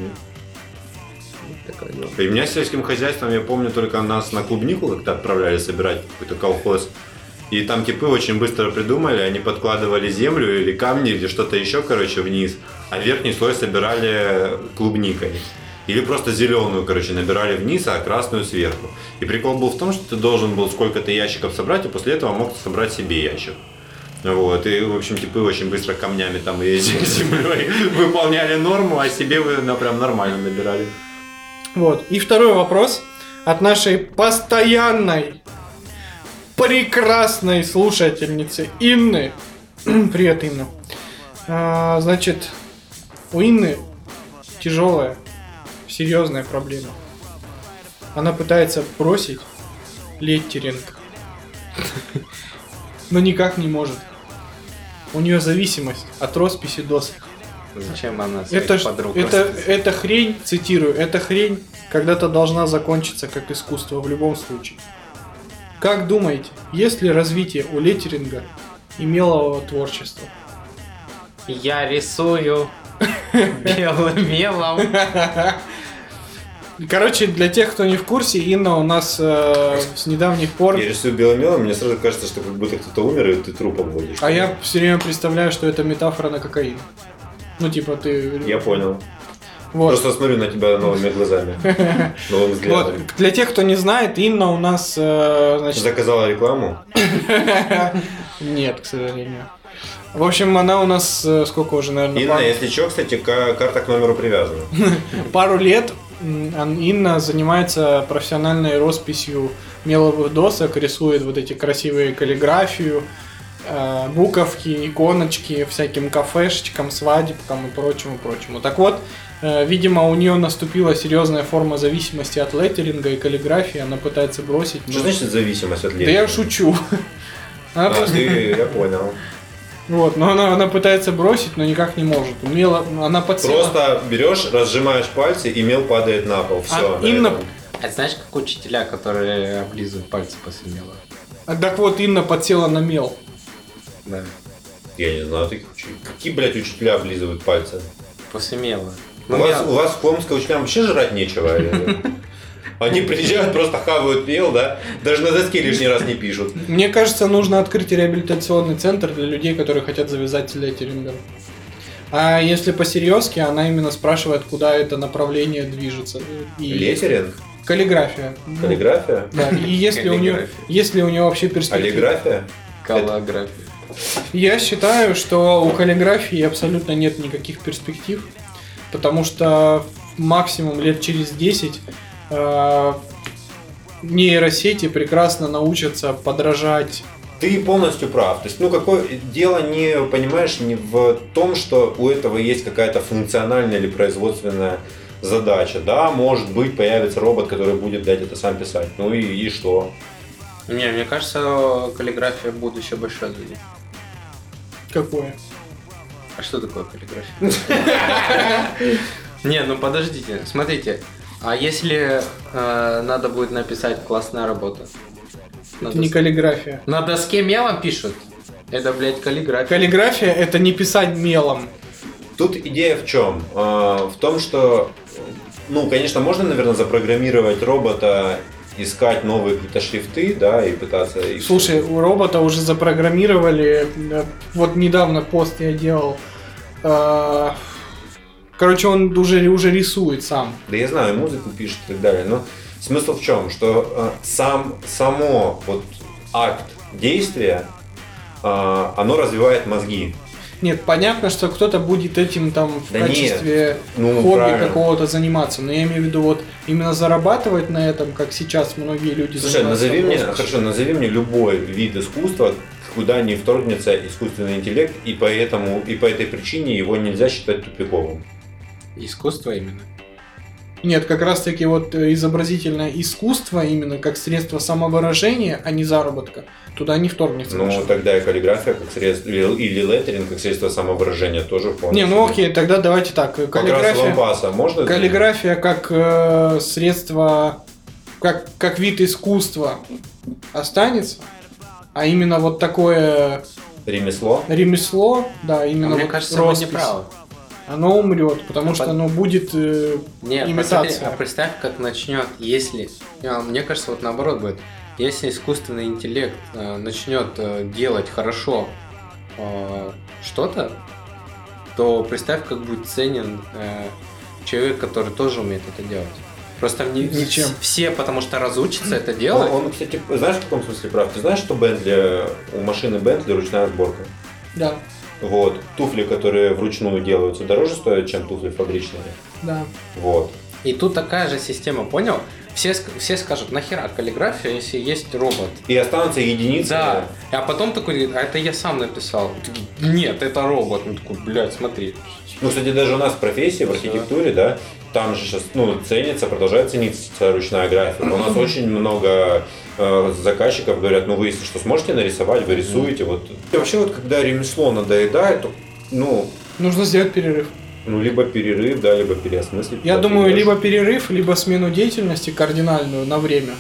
Вот такое дело. И у меня с сельским хозяйством, я помню, только нас на клубнику как-то отправляли собирать какой-то колхоз. И там типы очень быстро придумали, они подкладывали землю или камни, или что-то еще, короче, вниз, а верхний слой собирали клубникой. Или просто зеленую, короче, набирали вниз, а красную сверху. И прикол был в том, что ты должен был сколько-то ящиков собрать, и после этого мог собрать себе ящик. Вот, и, в общем, типы очень быстро камнями там и землей выполняли норму, а себе вы ну, прям нормально набирали. Вот. И второй вопрос от нашей постоянной, прекрасной слушательницы Инны. Привет, Инна. А, значит, у Инны тяжелая, серьезная проблема. Она пытается бросить леттеринг, но никак не может. У нее зависимость от росписи досок. Зачем она своих Это, ж- подруг это, растит? эта хрень, цитирую, эта хрень когда-то должна закончиться как искусство в любом случае. Как думаете, есть ли развитие у леттеринга и мелового творчества? Я рисую белым мелом. Короче, для тех, кто не в курсе, Инна у нас э, с недавних пор... Я рисую белым мелом, мне сразу кажется, что как будто кто-то умер, и ты труп обводишь. А я все время представляю, что это метафора на кокаин. Ну, типа, ты... Я понял. Вот. Просто смотрю на тебя новыми глазами. Новым Вот. взглядом. Для тех, кто не знает, Инна у нас... э, значит... Заказала рекламу. Нет, к сожалению. В общем, она у нас э, сколько уже, наверное, Инна, пару, если что, кстати, ка- карта к номеру привязана. пару лет м, Ан- Инна занимается профессиональной росписью меловых досок, рисует вот эти красивые каллиграфию, э, буковки, иконочки всяким кафешечкам, свадебкам и прочему, прочему. Так вот, э, видимо, у нее наступила серьезная форма зависимости от леттеринга и каллиграфии, она пытается бросить. но- Что значит зависимость от Да летнего? я шучу. Она А, просто- ты, я понял. Вот, но она, она пытается бросить, но никак не может. Умело, она подсела. Просто берешь, разжимаешь пальцы, и мел падает на пол. Все. А Инна- А знаешь, как учителя, которые облизывают пальцы после мела? А, Так вот, Инна подсела на мел. Да. Я не знаю таких учителей. Какие, блядь, учителя облизывают пальцы? После мела. У вас, у вас в Комске учителям вообще жрать нечего? или? Они приезжают, просто хавают мел, да? Даже на доске лишний раз не пишут. Мне кажется, нужно открыть реабилитационный центр для людей, которые хотят завязать с леттерингом. А если по-серьезки, она именно спрашивает, куда это направление движется. И... Летеринг? Каллиграфия. Ну, Каллиграфия? Да, и если у нее, Каллиграфия. если у нее вообще перспектива. Аллиграфия? Каллиграфия. Я считаю, что у каллиграфии абсолютно нет никаких перспектив, потому что максимум лет через десять э, нейросети прекрасно научатся подражать. Ты полностью прав. То есть, ну, какое дело не, понимаешь, не в том, что у этого есть какая-то функциональная или производственная задача. Да, может быть, появится робот, который будет, блядь, это сам писать. Ну и, и что? Не, мне кажется, каллиграфия будущее большое за ней. Какое? А что такое каллиграфия? Не, ну подождите, смотрите. А если э, надо будет написать классная работа? На Это не дос- каллиграфия. На доске мелом пишут? Это, блядь, каллиграфия. Каллиграфия — это не писать мелом. Тут идея в чем? В том, что, ну, конечно, можно, наверное, запрограммировать робота, искать новые какие-то шрифты, да, и пытаться их... Слушай, у робота уже запрограммировали. э, Вот недавно пост я делал. э, Короче, он уже, уже рисует сам. Да я знаю, музыку пишет и так далее, но смысл в чем? Что э, сам, само вот акт действия, э, оно развивает мозги. Нет, понятно, что кто-то будет этим там в Да нет, качестве ну, хобби правильно. какого-то заниматься. Но я имею в виду вот именно зарабатывать на этом, как сейчас многие люди Слушай, занимаются. назови мне, роскошью. хорошо, назови мне любой вид искусства, куда не вторгнется искусственный интеллект, и поэтому, и по этой причине его нельзя считать тупиковым. Искусство именно. Нет, как раз таки вот э, изобразительное искусство именно как средство самовыражения, а не заработка, туда не вторгнется. Ну, наша. тогда и каллиграфия как средство, или, или леттеринг как средство самовыражения тоже вполне. Не, ну себе. окей, тогда давайте так. Как раз Каллиграфия, лампаса можно? каллиграфия как э, средство, как, как вид искусства останется, а именно вот такое Ремесло? ремесло, да, А именно мне вот кажется, вы роспись, не правы. оно умрет, потому А что под- оно будет э, Нет, посмотри, имитация. а представь, как начнет, если... а, Мне кажется, вот наоборот будет. Если искусственный интеллект э, начнет э, делать хорошо э, что-то, то представь, как будет ценен э, человек, который тоже умеет это делать. Просто не, не Зачем? все, потому что разучатся это делать. Он, он, кстати, знаешь, в каком смысле прав? Ты знаешь, что Бентли, у машины Бентли ручная сборка? Да, Вот. Туфли, которые вручную делаются, дороже стоят, чем туфли фабричные. да. Вот. И тут такая же система, понял? Все, ск- все скажут, нахера каллиграфия, если есть робот? И останутся единицы. Да. А потом такой говорит, а это я сам написал. Такие, нет, это робот. Ну такой, блядь, смотри. Ну, кстати, даже у нас в профессии, в архитектуре, да, там же сейчас, ну, ценится, продолжает цениться ручная графика. У нас очень много э, заказчиков говорят, ну, вы, если что, сможете нарисовать, вы рисуете, вот. И вообще, вот, когда ремесло надоедает, то, ну, Нужно сделать перерыв. ну, либо перерыв, да, либо переосмыслить. Я куда-то думаю, идёшь. либо перерыв, либо смену деятельности кардинальную на время.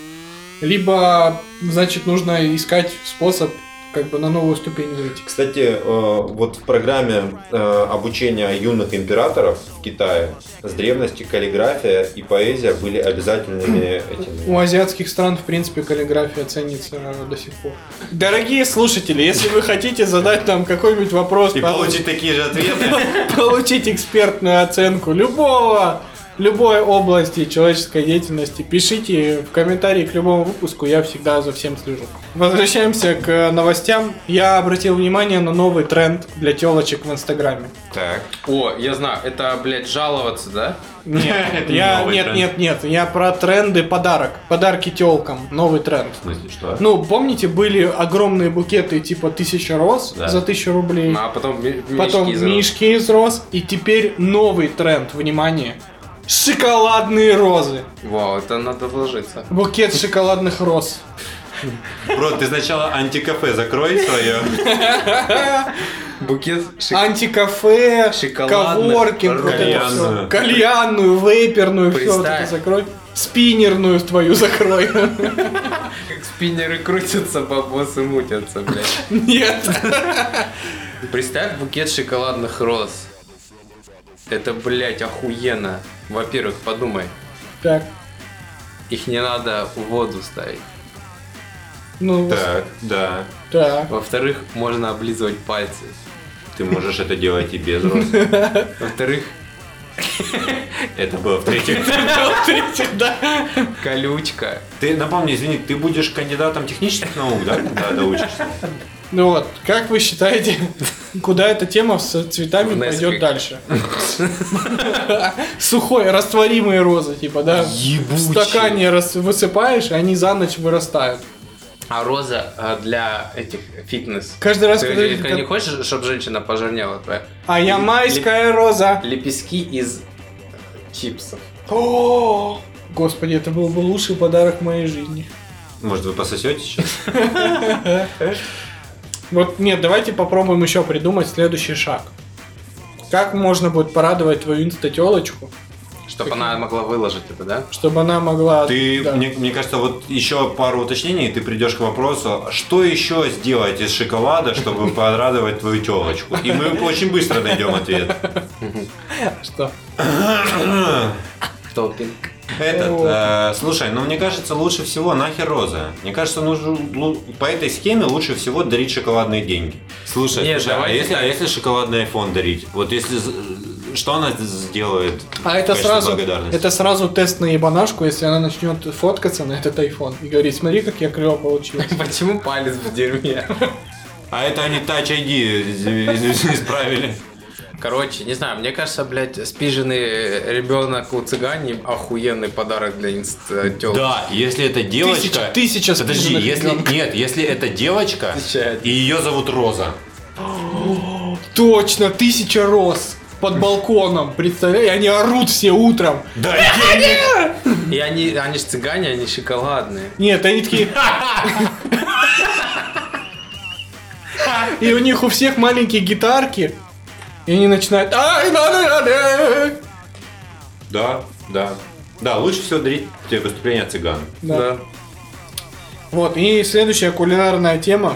Либо, значит, нужно искать способ как бы на новую ступень выйти. Кстати, э, вот в программе э, обучения юных императоров в Китае с древности каллиграфия и поэзия были обязательными этими. У азиатских стран, в принципе, каллиграфия ценится э, до сих пор. Дорогие слушатели, если вы хотите задать нам какой-нибудь вопрос, И получить такие же ответы. получить экспертную оценку любого, любой области человеческой деятельности, пишите в комментарии к любому выпуску, я всегда за всем слежу. Возвращаемся к новостям. Я обратил внимание на новый тренд для телочек в Инстаграме. Так. О, я знаю, это, блядь, жаловаться, да? Нет, Это не я, новый нет, тренд. нет, нет, я про тренды подарок. Подарки телкам, новый тренд. В смысле, что? Ну, помните, были огромные букеты типа тысяча роз Да. за тысячу рублей, А потом ми- потом мешки из роз. мишки из роз, и теперь новый тренд, внимание, шоколадные розы. Вау, это надо вложиться. Букет шоколадных роз. Бро, ты сначала антикафе закрой свое. Букет шик- Антикафе, Шоколадных коворкинг, вот это кальянную. всё. Кальянную, вейперную, все вот Представь. это закрой. Спиннерную твою закрой. Как спиннеры крутятся, бабосы мутятся, блядь. Нет. Представь букет шоколадных роз. Это, блядь, охуенно. Во-первых, подумай, Так, их не надо в воду ставить. ну, Так, да. так. Во-вторых, можно облизывать пальцы. Ты можешь это делать и без роз. Во-вторых, Это было в-третьих. В-третьих, да. колючка. Ты напомни, извини, ты будешь кандидатом технических наук, да, когда доучишься? Ну вот, как вы считаете, куда эта тема с цветами В пойдет Nesquik. дальше? Сухой, растворимые розы, типа, да? В стакане рас- высыпаешь, и они за ночь вырастают. А роза а, для этих фитнес. Каждый раз, Ты когда... не- не хочешь, чтобы женщина пожирнела твоя? А я майская роза. Лепестки из чипсов. О, Господи, это был бы лучший подарок в моей жизни. Может, вы пососете сейчас? Вот, нет, давайте попробуем еще придумать следующий шаг. Как можно будет порадовать твою инстателочку, Чтобы она могла выложить это, да? чтобы она могла... Ты, да. мне, мне кажется, вот еще пару уточнений, и ты придешь к вопросу, что еще сделать из шоколада, чтобы порадовать твою телочку? И мы очень быстро найдем ответ. Что? Толкинг. Этот, Вот. э, слушай, ну мне кажется, лучше всего нахер роза. Мне кажется, нужно лу- по этой схеме лучше всего дарить шоколадные деньги. Слушай, Нет, слушай, а, давайте если, а так. если шоколадный айфон дарить? Вот если з- что она сделает? А в это качестве сразу, благодарности? это сразу тест на ебанашку, если она начнет фоткаться на этот айфон и говорить, смотри, как я клево получился. Почему палец в дерьме? А это они Touch ай ди исправили. Короче, не знаю, мне кажется, блядь, спиженный ребенок у цыгане охуенный подарок для инстатёлки. Да, если это девочка... Тысяча, тысяча Подожди, спиженных если... ребёнков. Нет, если это девочка, Тысяча. и ее зовут Роза. Точно, тысяча роз. под балконом, представляешь? Они орут все утром. Да, И они, они ж цыгане, они шоколадные. Нет, они такие... И у них у всех маленькие гитарки. И они начинают... «Ай, надо, надо!» да, да. Да, лучше всего дарить тебе выступления цыган. Да. Вот, и следующая кулинарная тема.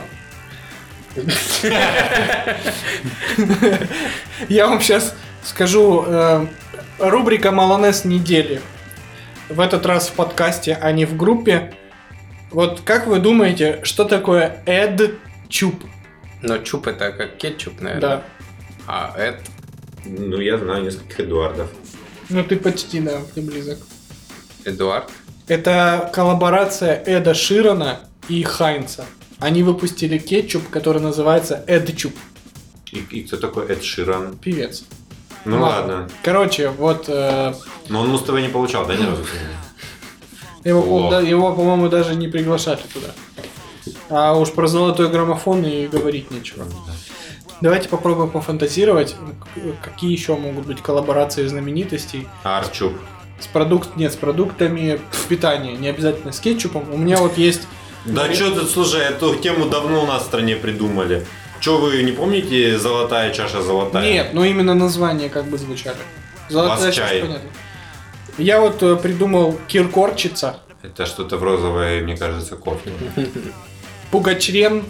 Я вам сейчас скажу, э, рубрика «Малонез недели». В этот раз в подкасте, а не в группе. Вот как вы думаете, что такое эд-чуп? Но чуп это как кетчуп, наверное. Да. А эд... Ну, я знаю нескольких Эдуардов. Ну ты почти, да, ты близок. Эдуард. Это коллаборация Эда Ширана и Хайнца. Они выпустили кетчуп, который называется эд-чуп. И, и кто такой Эд Ширан? Певец. Ну ладно. Короче, вот... Э, Но он Муз-ТВ не получал, да, ни разу? его, О. да, его, по-моему, даже не приглашали туда. А уж про золотой граммофон и говорить нечего. Давайте попробуем пофантазировать, какие еще могут быть коллаборации знаменитостей. Арчуп. С продукт... Нет, с продуктами питания, не обязательно с кетчупом. У меня вот есть... Да что ты, слушай, эту тему давно у нас в стране придумали. Че, вы не помните «Золотая чаша золотая»? Нет, ну именно названия как бы звучали. Золотая Вас чаша, чай. понятно. Я вот э, придумал киркорчица, Это что-то в розовое, мне кажется, кофе. пугачрен,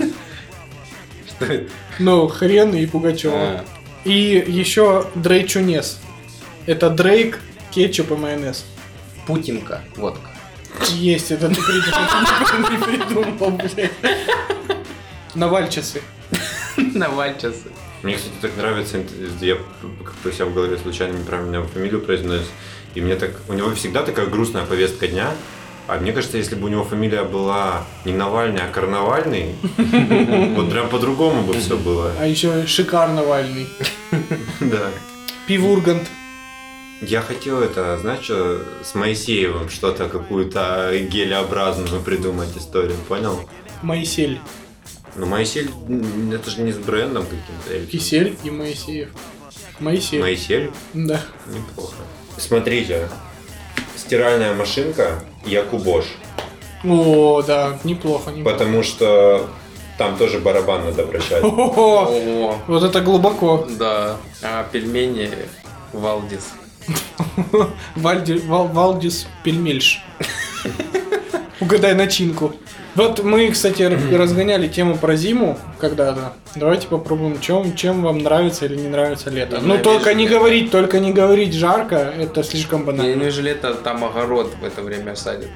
ну, хрен и Пугачева. А, И еще дрейчунес. Это дрейк, кетчуп и майонез. Путинка. Водка. Есть, это ты придумал, не придумал, блядь. Навальчасы. Навальчасы. Мне, кстати, так нравится, я как-то у себя в голове случайно неправильно его фамилию произнес, и мне так, у него всегда такая грустная повестка дня, а мне кажется, если бы у него фамилия была не Навальный, а Карнавальный, вот прям по-другому бы все было. А еще шикарновальный. Да. Пивургант. Я хотел это, знаешь, что, с Моисеевым что-то, какую-то гелеобразную придумать историю, понял? Моисель. Ну, Моисель, м, это же не с брендом каким-то. или- Кисель и Моисеев. Моисеев. Моисель? Да. Неплохо. Смотрите, стиральная машинка Якубош, О, да, неплохо, неплохо. потому что там тоже барабан надо вращать. О, О, вот это глубоко. да. А пельмени Валдис. Вальди, Вал- Валдис пельмельш. Угадай начинку. Вот мы, кстати, р- разгоняли тему про зиму когда-то. Давайте попробуем, чем, чем вам нравится или не нравится лето. Ну, Ненавижу только не лето. говорить, только не говорить жарко, это слишком Я банально. ненавижу лето, там огород в это время садят.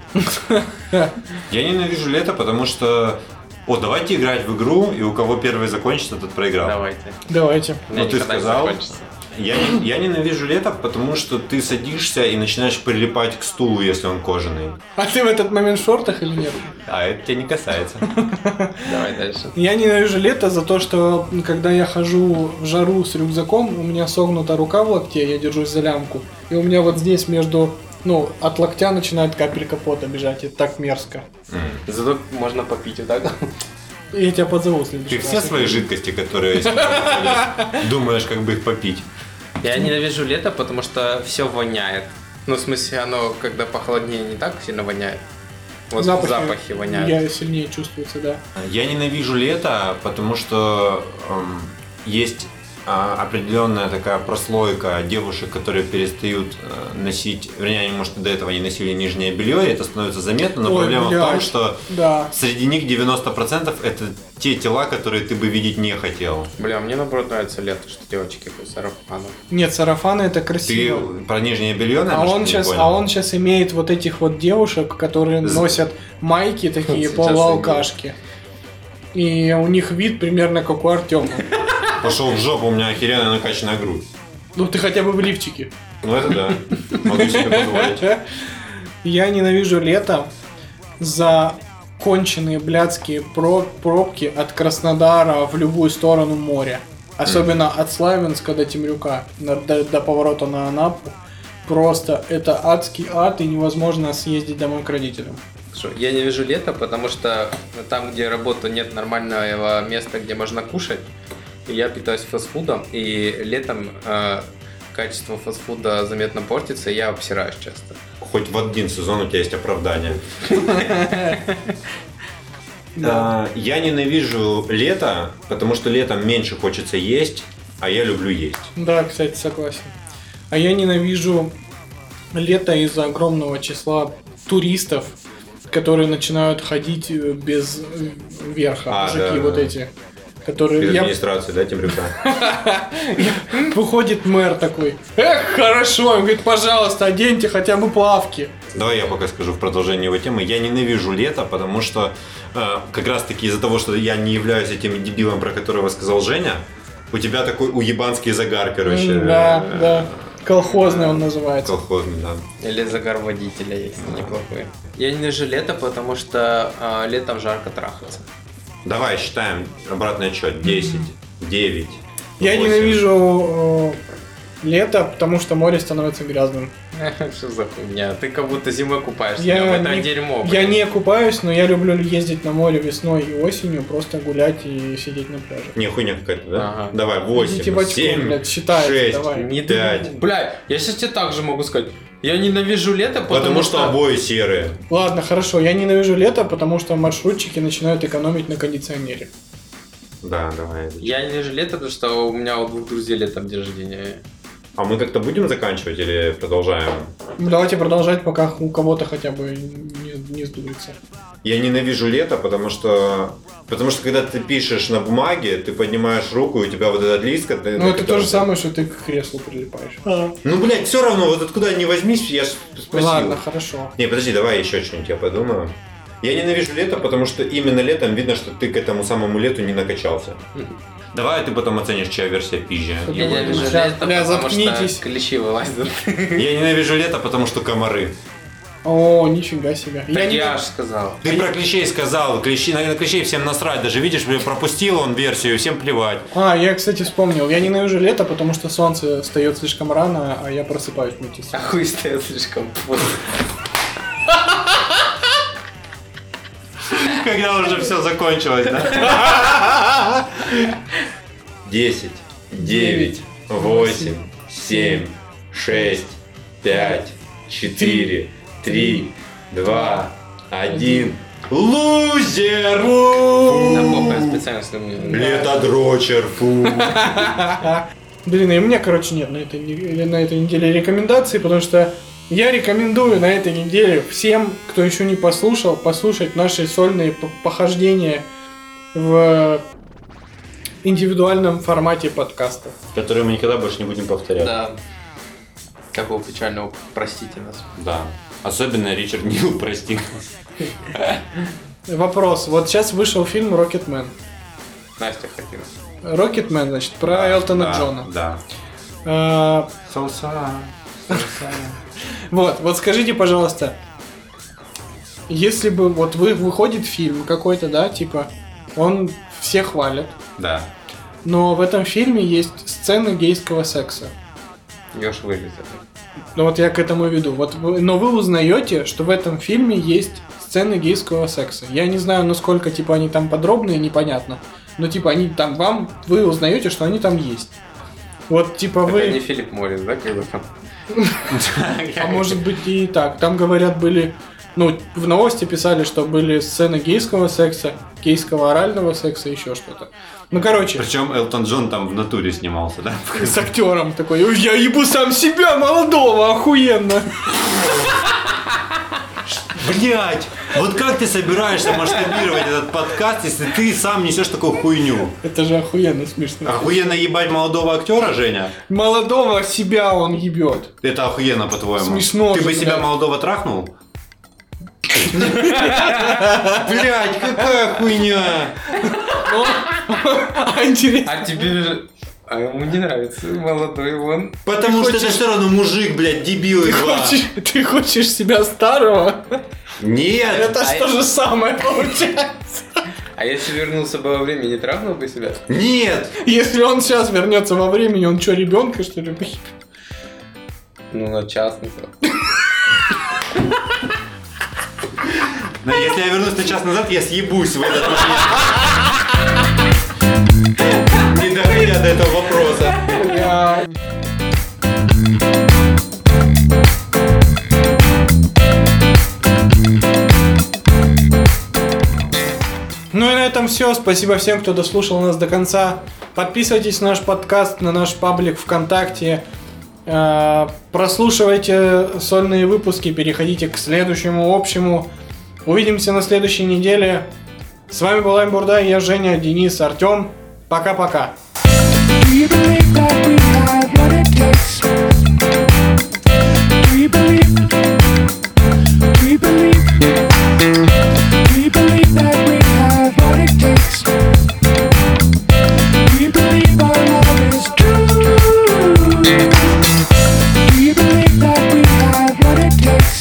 Я ненавижу лето, потому что... О, давайте играть в игру, и у кого первый закончится, тот проиграл. Давайте. Давайте. У меня Ну, ты никогда не сказал. закончится. Я, не- я ненавижу лето, потому что ты садишься и начинаешь прилипать к стулу, если он кожаный. А ты в этот момент в шортах или нет? А это тебя не касается. Давай дальше. Я ненавижу лето за то, что когда я хожу в жару с рюкзаком, у меня согнута рука в локте, я держусь за лямку. И у меня вот здесь между, ну, от локтя начинает капелька пота бежать. Это так мерзко. Зато можно попить вот так. И я тебя позову в следующий Ты раз. все свои жидкости, которые себе позволишь, думаешь, как бы их попить. Я ненавижу лето, потому что все воняет. Ну, в смысле, оно, когда похолоднее, не так сильно воняет. Вот Запахи, запахи, воняют. Я сильнее чувствуется, да. Я ненавижу лето, потому что эм, есть а, определенная такая прослойка девушек, которые перестают э, носить, вернее, они, может, до этого не носили нижнее белье, и это становится заметно, но Ой, проблема в том, блядь. что Да. среди них девяносто процентов это те тела, которые ты бы видеть не хотел. Бля, мне наоборот нравится лето, что девочки без сарафанов. Нет, сарафаны это Ты красиво. про нижнее белье, А наверное, он, что-то не сейчас, понял? а он сейчас имеет вот этих вот девушек, которые З- носят майки такие Сейчас полуалкашки. И у них вид примерно как у Артема. Пошел в жопу, у меня охеренная накачанная грудь. Ну ты хотя бы в лифчике. Ну это да, могу себе позволить. Я ненавижу лето за конченые блядские про- пробки от Краснодара в любую сторону моря. Особенно от Славянска до Темрюка, на- до, до поворота на Анапу. Просто это адский ад, и невозможно съездить домой к родителям. Хорошо. Я не вижу лето, потому что там, где работаю, нет нормального места, где можно кушать. я питаюсь фастфудом, и летом э, качество фастфуда заметно портится, и я обсираюсь часто. Хоть в один сезон у тебя есть оправдание. А, я ненавижу лето, потому что летом меньше хочется есть, а я люблю есть. Да, кстати, согласен. А я ненавижу лето из-за огромного числа туристов, которые начинают ходить без верха. А, мужики да, вот да. эти. Которые... Без Я... администрации, да, Темрюка? Выходит мэр такой: эх, хорошо, он говорит, пожалуйста, оденьте хотя бы плавки. Давай я пока скажу в продолжение его темы. Я ненавижу лето, потому что э, как раз таки из-за того, что я не являюсь этим дебилом, про которого сказал Женя, у тебя такой уебанский загар, короче. Да, э, да. Колхозный он называется. Колхозный, да. Или загар водителя есть неплохой. Я ненавижу лето, потому что э, летом жарко трахаться. Давай считаем обратный отсчет. десять, девять, Я восемь. ненавижу э, лето, потому что море становится грязным. Что за хуйня? Ты как будто зимой купаешься, Я в это не- дерьмо. Я блин. не купаюсь, но я люблю ездить на море весной и осенью, просто гулять и сидеть на пляже. Не, хуйня какая-то, да? Ага. Давай, Идите в восемь, очко, семь, блядь, считайте, шесть, давай. Не пять. Бля, я сейчас тебе так же могу сказать. Я ненавижу лето, потому, Потому что обои серые. Ладно, хорошо, я ненавижу лето, потому что маршрутчики начинают экономить на кондиционере. Да, давай. Я ненавижу лето, потому что у меня у двух друзей летом день рождения. А мы как-то будем заканчивать или продолжаем? Ну, давайте продолжать, пока у кого-то хотя бы не, не сдуется. Я ненавижу лето, потому что... Потому что когда ты пишешь на бумаге, ты поднимаешь руку, и у тебя вот этот лист... Ты, Ну, это то же самое, что ты к креслу прилипаешь. Ну, блядь, все равно, вот откуда ни возьмись, я ж спросил. Ладно, хорошо. Не, подожди, давай еще что-нибудь я подумаю. Я ненавижу лето, потому что именно летом видно, что ты к этому самому лету не накачался. Давай ты потом оценишь, чья версия пизжа. Я ненавижу Сейчас, лето, бля, потому заткнитесь. что клещи вылазят. Я ненавижу лето, потому что комары. О, нифига себе. Я, не- я ж сказал. Ты про клещей сказал, клещи, на, на клещей всем насрать, даже видишь, блин, пропустил он версию, всем плевать. А, я, кстати, вспомнил. Я ненавижу лето, потому что солнце встает слишком рано, а я просыпаюсь вместе с А хуй стоит слишком поздно. Когда уже все закончилось, да? Десять, девять, восемь, семь, шесть, пять, четыре, три, два, один. Лузер! Да похуй, я специально с ним. Летодрочер, фу. Блин, и у меня, короче, нет на этой, не- на этой неделе рекомендаций, потому что я рекомендую на этой неделе всем, кто еще не послушал, послушать наши сольные п- похождения в индивидуальном формате подкаста. Который мы никогда больше не будем повторять. Да. Какого печального, простите нас. Да. Особенно Ричард Нил, прости. Вопрос. Вот сейчас вышел фильм «Рокетмен». Настя хотела. «Рокетмен», значит, про Элтона Да, Джона. Да. А, Соуса. Вот, вот скажите, пожалуйста, если бы вот вы выходит фильм какой-то, да, типа, он все хвалят, Да. но в этом фильме есть сцены гейского секса. Ёж вылезет. Ну вот я к этому веду. Вот вы- но вы узнаете, что в этом фильме есть сцены гейского секса. Я не знаю, насколько типа они там подробные, непонятно. Но типа они там вам, вы узнаете, что они там есть. Вот типа Это вы. не Филипп Моррис, да, когда там? А может быть и так. Там, говорят, были... Ну, в новости писали, что были сцены гейского секса, гейского орального секса, еще что-то. Ну, короче, Причем Элтон Джон там в натуре снимался, да? с актером такой: «Ой, я ебу сам себя, молодого, охуенно!» Блять! Вот как ты собираешься масштабировать этот подкаст, если ты сам несешь такую хуйню? Это же охуенно смешно. Охуенно ебать молодого актера, Женя? Молодого себя он ебет. Это охуенно, по-твоему. Смешно Ты же, бы себя блядь. молодого трахнул? Блять, какая хуйня! А интересно. А тебе же... А ему не нравится молодой он. Потому Ты что это хочешь- все равно мужик, блядь, дебил и Ты два. хочешь, ты хочешь себя старого? Нет! Это А ж то же самое получается. А если вернулся бы во время, не трахнул бы себя? Нет! Если он сейчас вернется во времени, он что, ребенка что ли? Ну, на частный. Но если я вернусь на час назад, я съебусь в этот момент. Не доходя до этого вопроса. Я- Ну и на этом все. Спасибо всем, кто дослушал нас до конца. Подписывайтесь на наш подкаст, на наш паблик ВКонтакте. Э, Прослушивайте сольные выпуски, переходите к следующему общему. Увидимся на следующей неделе. С вами был Ань Бурда, я Женя, Денис, Артем. Пока-пока. Do you believe that we have what it takes? Do you believe? Do you believe? Do you believe that we have what it takes? Do you believe our love is true? Do you believe that we have what it takes?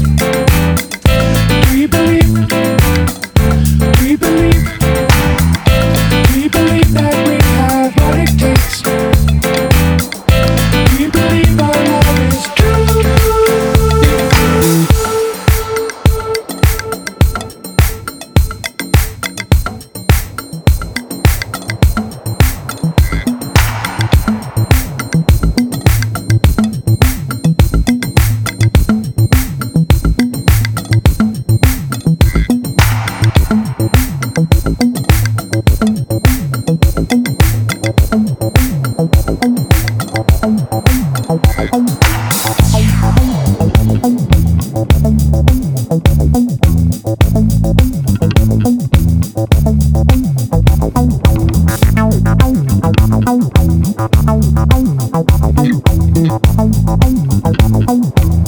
Do you believe? Do you believe? Do you believe that we have what it takes? Do you believe our love is true?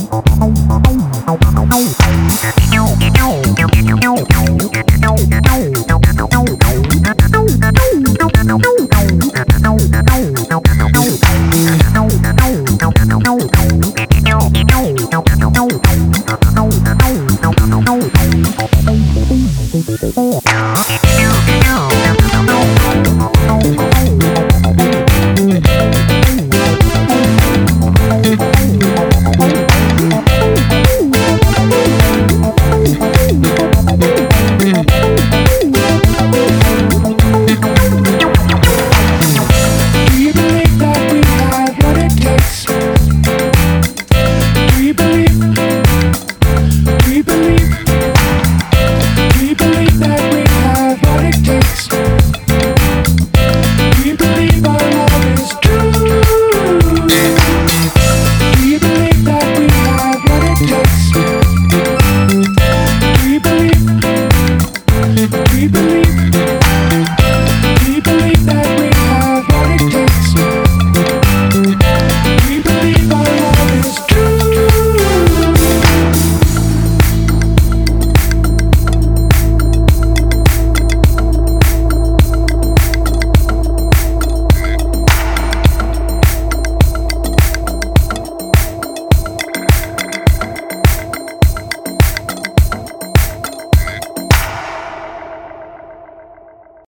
Ow, ow, ow, ow, ow, ow, ow, ow, ow, ow, ow, ow, ow, ow, ow, ow, ow, ow, ow, ow,